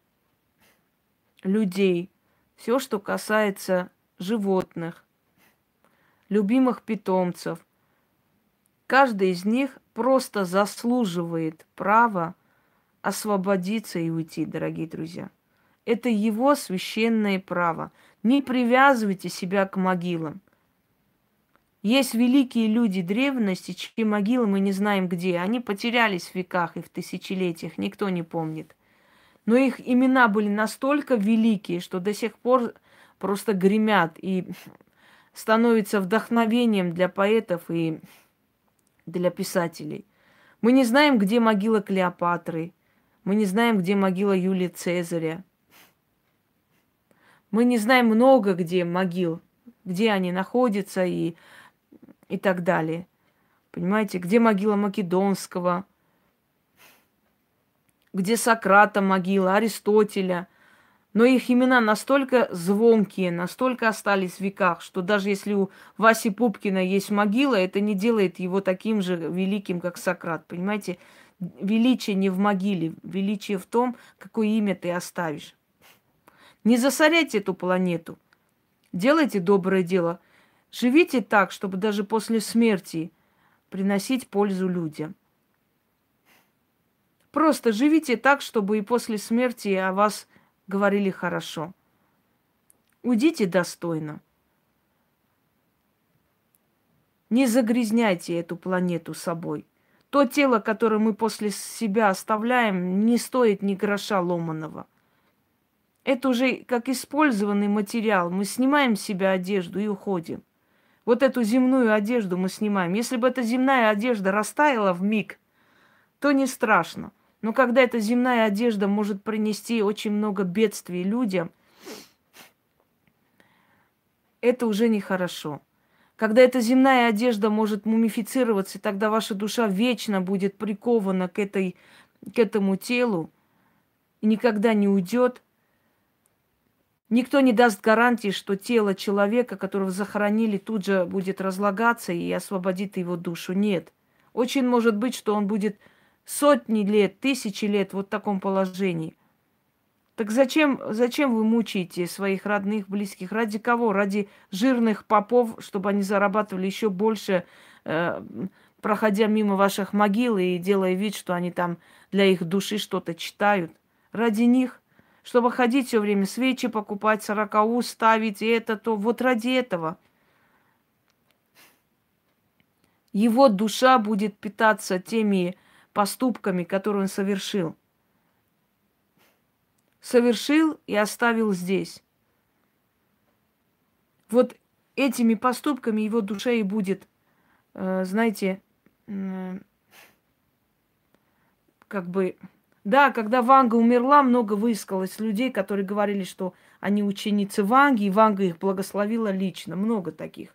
людей, все, что касается животных, любимых питомцев, каждый из них просто заслуживает права освободиться и уйти, дорогие друзья. Это его священное право. Не привязывайте себя к могилам. Есть великие люди древности, чьи могилы мы не знаем где. Они потерялись в веках и в тысячелетиях, никто не помнит. Но их имена были настолько великие, что до сих пор просто гремят и становятся вдохновением для поэтов и для писателей. Мы не знаем, где могила Клеопатры. Мы не знаем, где могила Юлия Цезаря. Мы не знаем много где могил, где они находятся и, и так далее. Понимаете, где могила Македонского, где Сократа могила, Аристотеля. Но их имена настолько звонкие, настолько остались в веках, что даже если у Васи Пупкина есть могила, это не делает его таким же великим, как Сократ. Понимаете, величие не в могиле, величие в том, какое имя ты оставишь. Не засоряйте эту планету. Делайте доброе дело. Живите так, чтобы даже после смерти приносить пользу людям. Просто живите так, чтобы и после смерти о вас говорили хорошо. Уйдите достойно. Не загрязняйте эту планету собой. То тело, которое мы после себя оставляем, не стоит ни гроша ломаного. Это уже как использованный материал. Мы снимаем с себя одежду и уходим. Вот эту земную одежду мы снимаем. Если бы эта земная одежда растаяла в миг, то не страшно. Но когда эта земная одежда может принести очень много бедствий людям, это уже нехорошо. Когда эта земная одежда может мумифицироваться, тогда ваша душа вечно будет прикована к, этой, к этому телу и никогда не уйдет. Никто не даст гарантии, что тело человека, которого захоронили, тут же будет разлагаться и освободит его душу. Нет. Очень может быть, что он будет сотни лет, тысячи лет вот в таком положении. Так зачем, зачем вы мучаете своих родных, близких? Ради кого? Ради жирных попов, чтобы они зарабатывали еще больше, э, проходя мимо ваших могил и делая вид, что они там для их души что-то читают. Ради них? Чтобы ходить все время, свечи покупать, сорокау ставить, и это то. Вот ради этого. его душа будет питаться теми поступками, которые он совершил. Совершил и оставил здесь. Вот этими поступками его душа и будет, э, знаете, э, как бы... Да, когда Ванга умерла, много высказалось людей, которые говорили, что они ученицы Ванги, и Ванга их благословила лично. Много таких.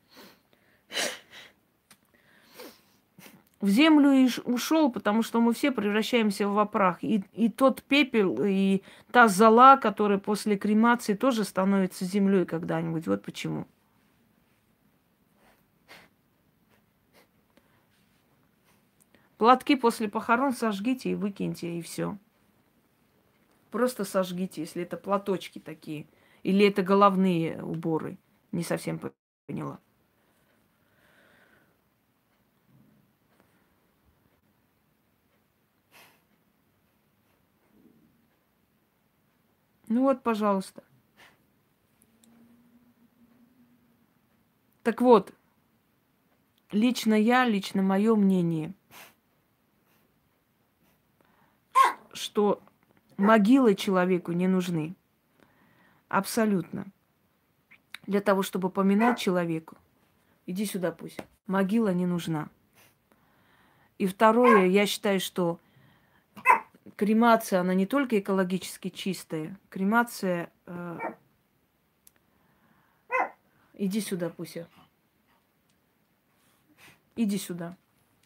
В землю и ушел, потому что мы все превращаемся в прах. И, и тот пепел, и та зола, которая после кремации тоже становится землей когда-нибудь. Вот почему. Платки после похорон сожгите и выкиньте, и все. Просто сожгите, если это платочки такие. Или это головные уборы. Не совсем поняла. Ну вот, пожалуйста. Так вот, лично я, лично мое мнение, что могилы человеку не нужны. Абсолютно. Для того, чтобы поминать человеку. Иди сюда, пусть. Могила не нужна. И второе, я считаю, что кремация, она не только экологически чистая. Кремация... Э... Иди сюда, Пуся. Иди сюда.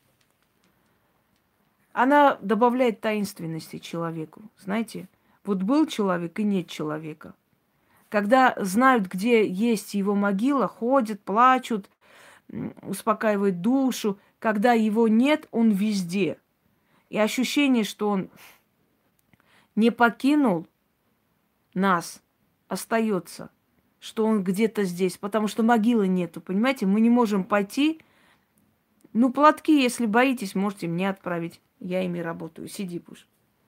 Она добавляет таинственности человеку. Знаете, вот был человек и нет человека. Когда знают, где есть его могила, ходят, плачут, успокаивают душу. Когда его нет, он везде. И ощущение, что он не покинул нас, остается, что он где-то здесь, потому что могилы нету, понимаете? Мы не можем пойти. Ну, платки, если боитесь, можете мне отправить. Я ими работаю. Сиди, пусть.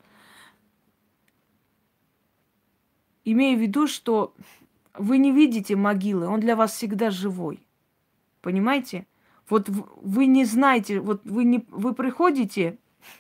Имею в виду, что вы не видите могилы, он для вас всегда живой. Понимаете? Вот вы не знаете, вот вы, не, вы приходите,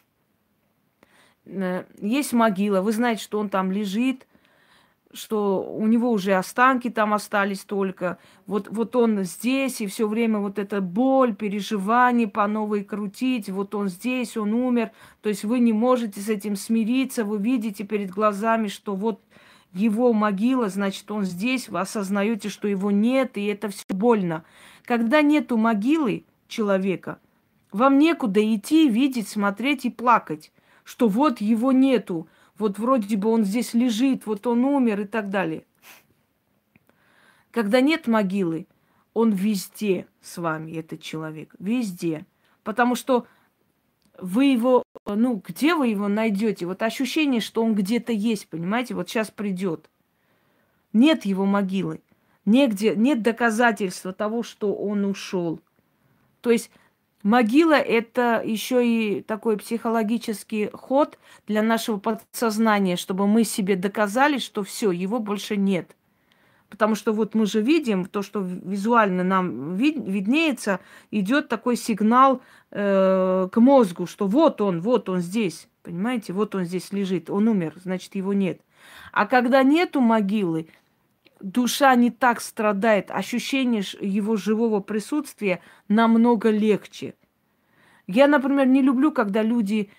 есть могила, вы знаете, что он там лежит, что у него уже останки там остались только. Вот, вот он здесь, и все время вот эта боль, переживание по новой крутить. Вот он здесь, он умер. То есть вы не можете с этим смириться. Вы видите перед глазами, что вот его могила, значит, он здесь. Вы осознаете, что его нет, и это все больно. Когда нету могилы человека, вам некуда идти, видеть, смотреть и плакать, что вот его нету. Вот вроде бы он здесь лежит, вот он умер и так далее. Когда нет могилы, он везде с вами, этот человек, везде. Потому что вы его, ну, где вы его найдете? Вот ощущение, что он где-то есть, понимаете? Вот сейчас придет. Нет его могилы. Негде, нет доказательства того, что он ушел. То есть могила – это еще и такой психологический ход для нашего подсознания, чтобы мы себе доказали, что все, его больше нет. Потому что вот мы же видим, то, что визуально нам вид, виднеется, идет такой сигнал э, к мозгу, что вот он, вот он здесь, понимаете, вот он здесь лежит, он умер, значит, его нет. А когда нету могилы, душа не так страдает, ощущение его живого присутствия намного легче. Я, например, не люблю, когда люди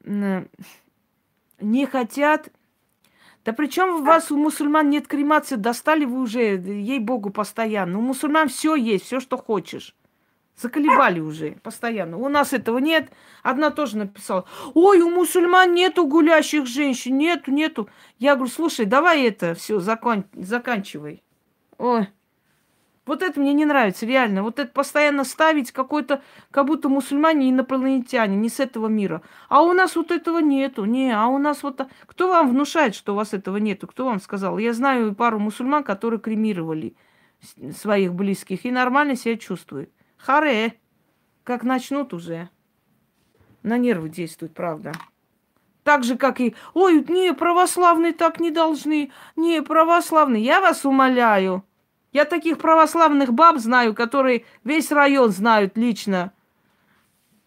не хотят... Да при чем у вас, у мусульман нет кремации, достали вы уже, ей-богу, постоянно. У мусульман все есть, все, что хочешь. Заколебали уже постоянно. У нас этого нет. Одна тоже написала: ой, у мусульман нету гулящих женщин, нету, нету. Я говорю: слушай, давай это все закон... заканчивай. Ой, вот это мне не нравится, реально. Вот это постоянно ставить какой-то, как будто мусульмане инопланетяне, не с этого мира. А у нас вот этого нету, не, а у нас вот... Кто вам внушает, что у вас этого нету? Кто вам сказал? Я знаю пару мусульман, которые кремировали своих близких и нормально себя чувствуют. Харе, как начнут уже. На нервы действует, правда. Так же, как и... Ой, не, православные так не должны. Не, православные, я вас умоляю. Я таких православных баб знаю, которые весь район знают лично.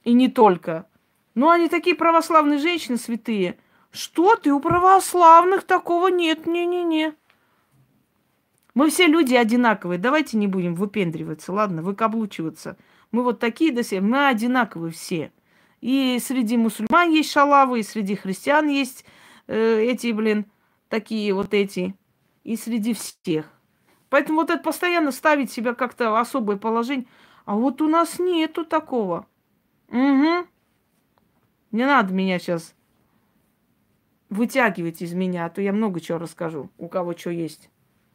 И не только. Но они такие православные женщины святые. Что ты, у православных такого нет, не-не-не. Мы все люди одинаковые. Давайте не будем выпендриваться, ладно, выкаблучиваться. Мы вот такие до сих, мы одинаковые все. И среди мусульман есть шалавы, и среди христиан есть э, эти, блин, такие вот эти. И среди всех. Поэтому вот это постоянно ставить себя как-то в особое положение. А вот у нас нету такого. Угу. Не надо меня сейчас вытягивать из меня, а то я много чего расскажу, у кого что есть.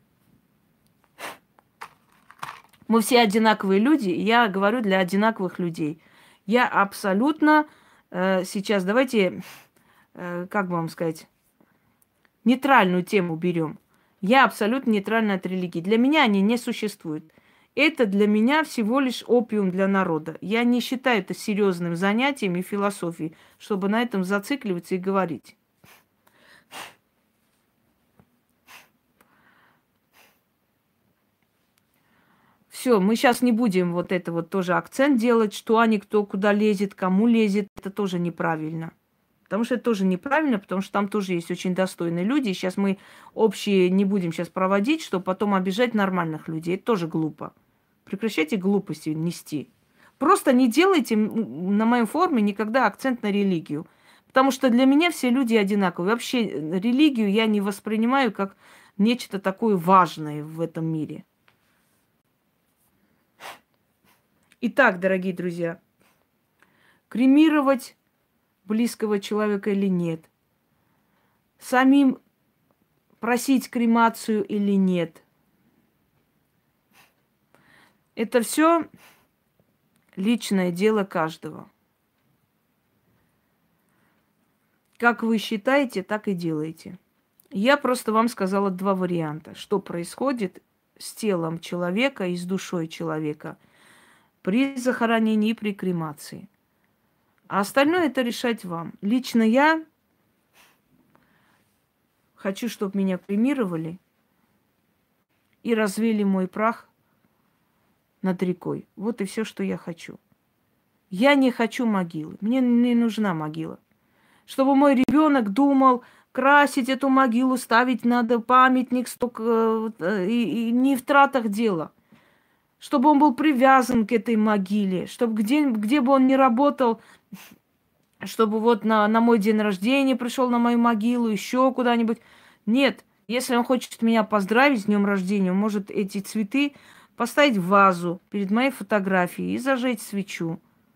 Мы все одинаковые люди, и я говорю для одинаковых людей. Я абсолютно э, сейчас, давайте, э, как бы вам сказать, нейтральную тему берем. Я абсолютно нейтральна от религии. Для меня они не существуют. Это для меня всего лишь опиум для народа. Я не считаю это серьезным занятием и философией, чтобы на этом зацикливаться и говорить. Все, мы сейчас не будем вот это вот тоже акцент делать, что они кто куда лезет, кому лезет. Это тоже неправильно. Потому что это тоже неправильно, потому что там тоже есть очень достойные люди. Сейчас мы общие не будем сейчас проводить, чтобы потом обижать нормальных людей. Это тоже глупо. Прекращайте глупости нести. Просто не делайте на моем форуме никогда акцент на религию. Потому что для меня все люди одинаковые. Вообще религию я не воспринимаю как нечто такое важное в этом мире. Итак, дорогие друзья, кремировать близкого человека или нет, самим просить кремацию или нет, это все личное дело каждого. Как вы считаете, так и делайте. Я просто вам сказала два варианта, что происходит с телом человека и с душой человека при захоронении и при кремации. А остальное это решать вам. Лично я хочу, чтобы меня кремировали и развели мой прах над рекой. Вот и все, что я хочу. Я не хочу могилы. Мне не нужна могила. Чтобы мой ребенок думал, красить эту могилу, ставить надо памятник, столько, и, и не в тратах дело. Чтобы он был привязан к этой могиле, чтобы где, где бы он ни работал, чтобы вот на, на мой день рождения пришел на мою могилу, еще куда-нибудь. Нет, если он хочет меня поздравить с днем рождения, он может эти цветы поставить в вазу перед моей фотографией и зажечь свечу.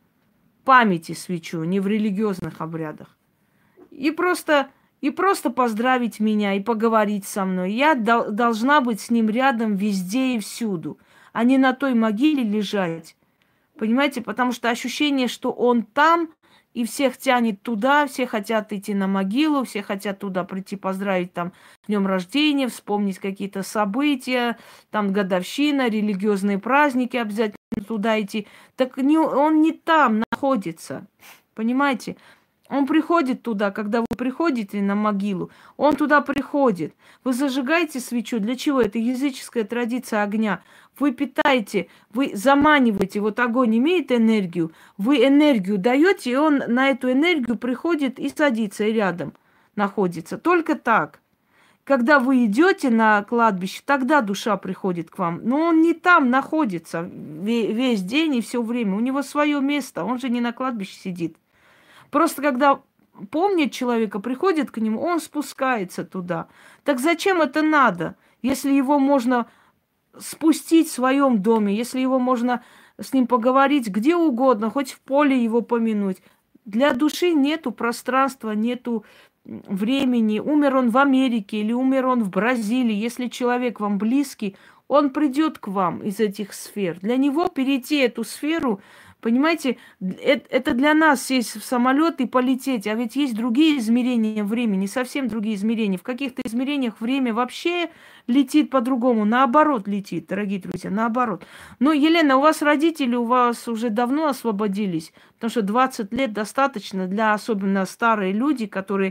Памяти свечу, не в религиозных обрядах. И просто, и просто поздравить меня и поговорить со мной. Я дол- должна быть с ним рядом везде и всюду, а не на той могиле лежать. Понимаете? Потому что ощущение, что он там, и всех тянет туда, все хотят идти на могилу, все хотят туда прийти поздравить там с днем рождения, вспомнить какие-то события, там годовщина, религиозные праздники, обязательно туда идти. Так не, он не там находится. Понимаете? Он приходит туда, когда вы приходите на могилу, он туда приходит. Вы зажигаете свечу. Для чего? Это языческая традиция огня. Вы питаете, вы заманиваете. Вот огонь имеет энергию, вы энергию даете, и он на эту энергию приходит и садится, и рядом находится. Только так. Когда вы идете на кладбище, тогда душа приходит к вам. Но он не там находится весь день и все время. У него свое место, он же не на кладбище сидит. Просто когда помнит человека, приходит к нему, он спускается туда. Так зачем это надо, если его можно спустить в своем доме, если его можно с ним поговорить где угодно, хоть в поле его помянуть? Для души нету пространства, нету времени. Умер он в Америке или умер он в Бразилии. Если человек вам близкий, он придет к вам из этих сфер. Для него перейти эту сферу, понимаете, это для нас сесть в самолет и полететь. А ведь есть другие измерения времени, совсем другие измерения. В каких-то измерениях время вообще летит по-другому. Наоборот летит, дорогие друзья, наоборот. Но, Елена, у вас родители у вас уже давно освободились, потому что двадцать лет достаточно для особенно старые люди, которые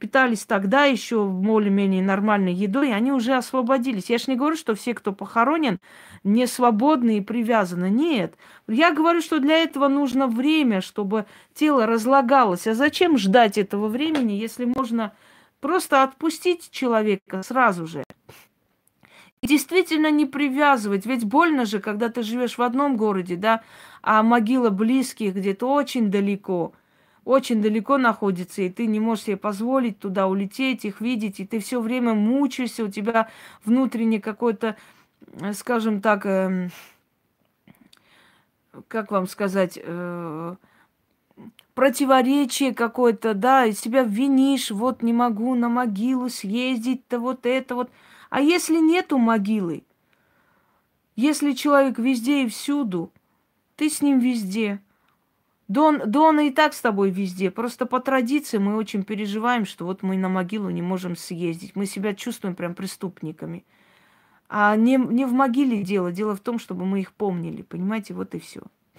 питались тогда еще более-менее нормальной едой, они уже освободились. Я ж не говорю, что все, кто похоронен, не свободны и привязаны. Нет. Я говорю, что для этого нужно время, чтобы тело разлагалось. А зачем ждать этого времени, если можно просто отпустить человека сразу же? И действительно не привязывать. Ведь больно же, когда ты живешь в одном городе, да, а могила близких где-то очень далеко, очень далеко находится, и ты не можешь себе позволить туда улететь, их видеть, и ты все время мучаешься, у тебя внутренне какой-то, э, скажем так, э, как вам сказать, э, противоречие какое-то, да, и себя винишь, вот не могу на могилу съездить-то, вот это вот. А если нету могилы, если человек везде и всюду, ты с ним везде. Да он, да он и так с тобой везде. Просто по традиции мы очень переживаем, что вот мы на могилу не можем съездить. Мы себя чувствуем прям преступниками. А не, не в могиле дело. Дело в том, чтобы мы их помнили. Понимаете, вот и все.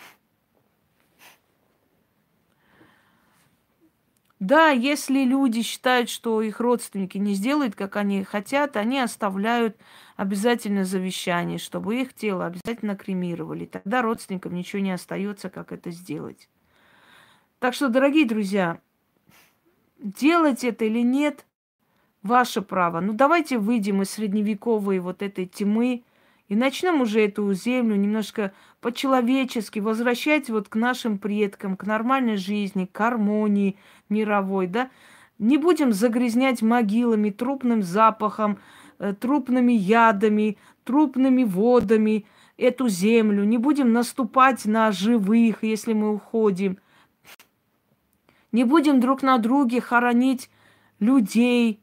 Да, если люди считают, что их родственники не сделают, как они хотят, они оставляют обязательно завещание, чтобы их тело обязательно кремировали. Тогда родственникам ничего не остается, как это сделать. Так что, дорогие друзья, делать это или нет, ваше право. Ну, давайте выйдем из средневековой вот этой тьмы и начнем уже эту землю немножко по-человечески возвращать вот к нашим предкам, к нормальной жизни, к гармонии мировой, да. Не будем загрязнять могилами, трупным запахом, э, трупными ядами, трупными водами эту землю. Не будем наступать на живых, если мы уходим. Не будем друг на друге хоронить людей.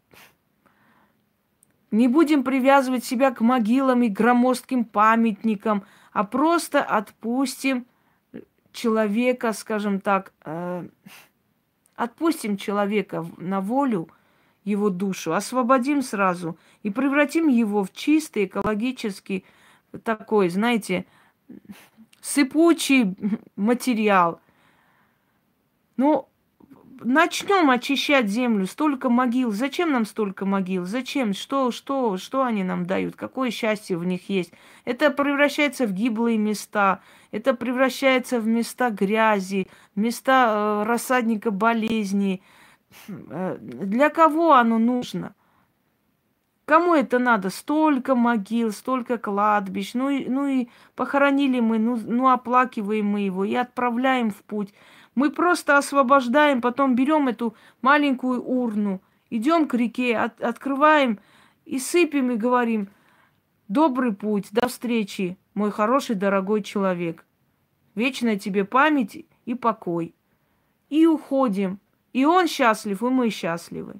Не будем привязывать себя к могилам и громоздким памятникам, а просто отпустим человека, скажем так, э, отпустим человека на волю, его душу, освободим сразу и превратим его в чистый, экологический такой, знаете, сыпучий материал. Ну, начнем очищать землю. Столько могил. Зачем нам столько могил? Зачем? Что, что, что они нам дают? Какое счастье в них есть? Это превращается в гиблые места. Это превращается в места грязи, места э, рассадника болезней. Э, для кого оно нужно? Кому это надо? Столько могил, столько кладбищ. Ну и, ну и похоронили мы, ну, ну оплакиваем мы его и отправляем в путь. Мы просто освобождаем, потом берем эту маленькую урну, идем к реке, от, открываем и сыпем и говорим: добрый путь, до встречи, мой хороший, дорогой человек. Вечная тебе память и покой. И уходим. И он счастлив, и мы счастливы.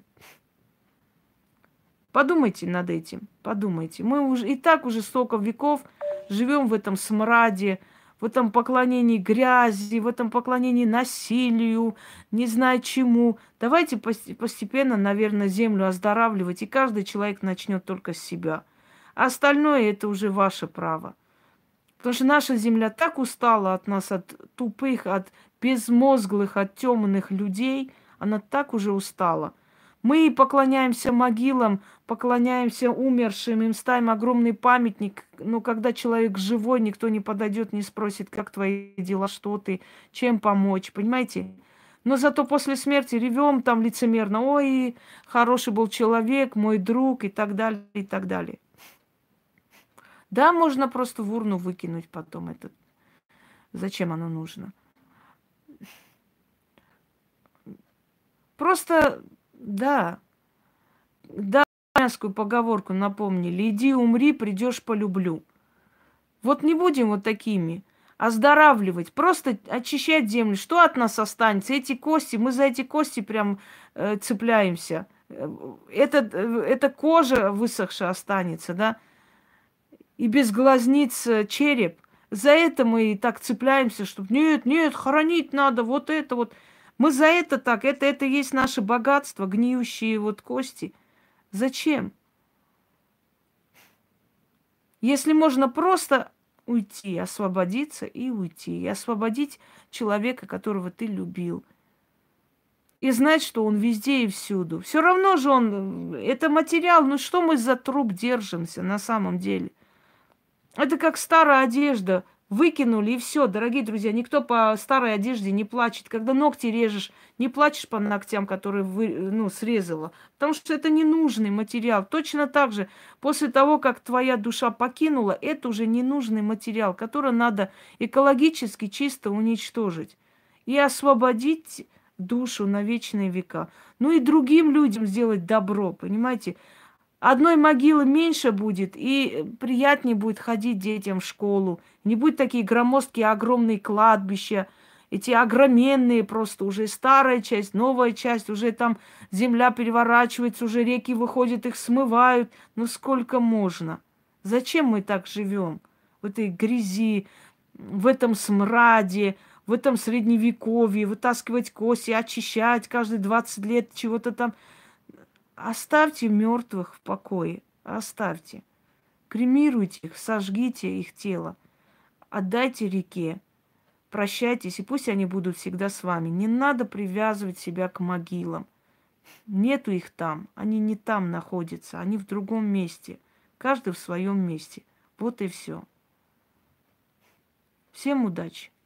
Подумайте над этим, подумайте. Мы уже и так уже столько веков живем в этом смраде, в этом поклонении грязи, в этом поклонении насилию, не знаю чему. Давайте постепенно, наверное, землю оздоравливать, и каждый человек начнет только с себя. А остальное это уже ваше право. Потому что наша земля так устала от нас, от тупых, от безмозглых, от темных людей. Она так уже устала. Мы поклоняемся могилам, поклоняемся умершим, им ставим огромный памятник. Но когда человек живой, никто не подойдет, не спросит, как твои дела, что ты, чем помочь, понимаете? Но зато после смерти ревем там лицемерно: ой, хороший был человек, мой друг, и так далее, и так далее. Да, можно просто в урну выкинуть потом это. Зачем оно нужно? Просто... Да, да, армянскую поговорку напомнили: иди умри, придешь полюблю. Вот не будем вот такими. Оздоравливать, просто очищать землю. Что от нас останется? Эти кости, мы за эти кости прям э, цепляемся. Это, эта кожа высохшая останется, да? И без глазниц череп. За это мы и так цепляемся, что нет, нет, хоронить надо, вот это вот. Мы за это так, это, это есть наше богатство, гниющие вот кости. Зачем? Если можно просто уйти, освободиться и уйти, и освободить человека, которого ты любил. и знать, что он везде и всюду. Все равно же он, это материал, ну что мы за труп держимся на самом деле? Это как старая одежда. Выкинули, и все, дорогие друзья. Никто по старой одежде не плачет. Когда ногти режешь, не плачешь по ногтям, которые вы, ну, срезала. Потому что это ненужный материал. Точно так же, после того, как твоя душа покинула, это уже ненужный материал, который надо экологически чисто уничтожить. И освободить душу на вечные века. Ну и другим людям сделать добро, понимаете? Одной могилы меньше будет, и приятнее будет ходить детям в школу. Не будет такие громоздкие, огромные кладбища, эти огроменные просто, уже старая часть, новая часть, уже там земля переворачивается, уже реки выходят, их смывают. Ну сколько можно? Зачем мы так живем? В этой грязи, в этом смраде, в этом средневековье, вытаскивать кости, очищать каждые двадцать лет чего-то там. Оставьте мертвых в покое. Оставьте. Кремируйте их, сожгите их тело. Отдайте реке. Прощайтесь, и пусть они будут всегда с вами. Не надо привязывать себя к могилам. Нету их там. Они не там находятся. Они в другом месте. Каждый в своем месте. Вот и все. Всем удачи.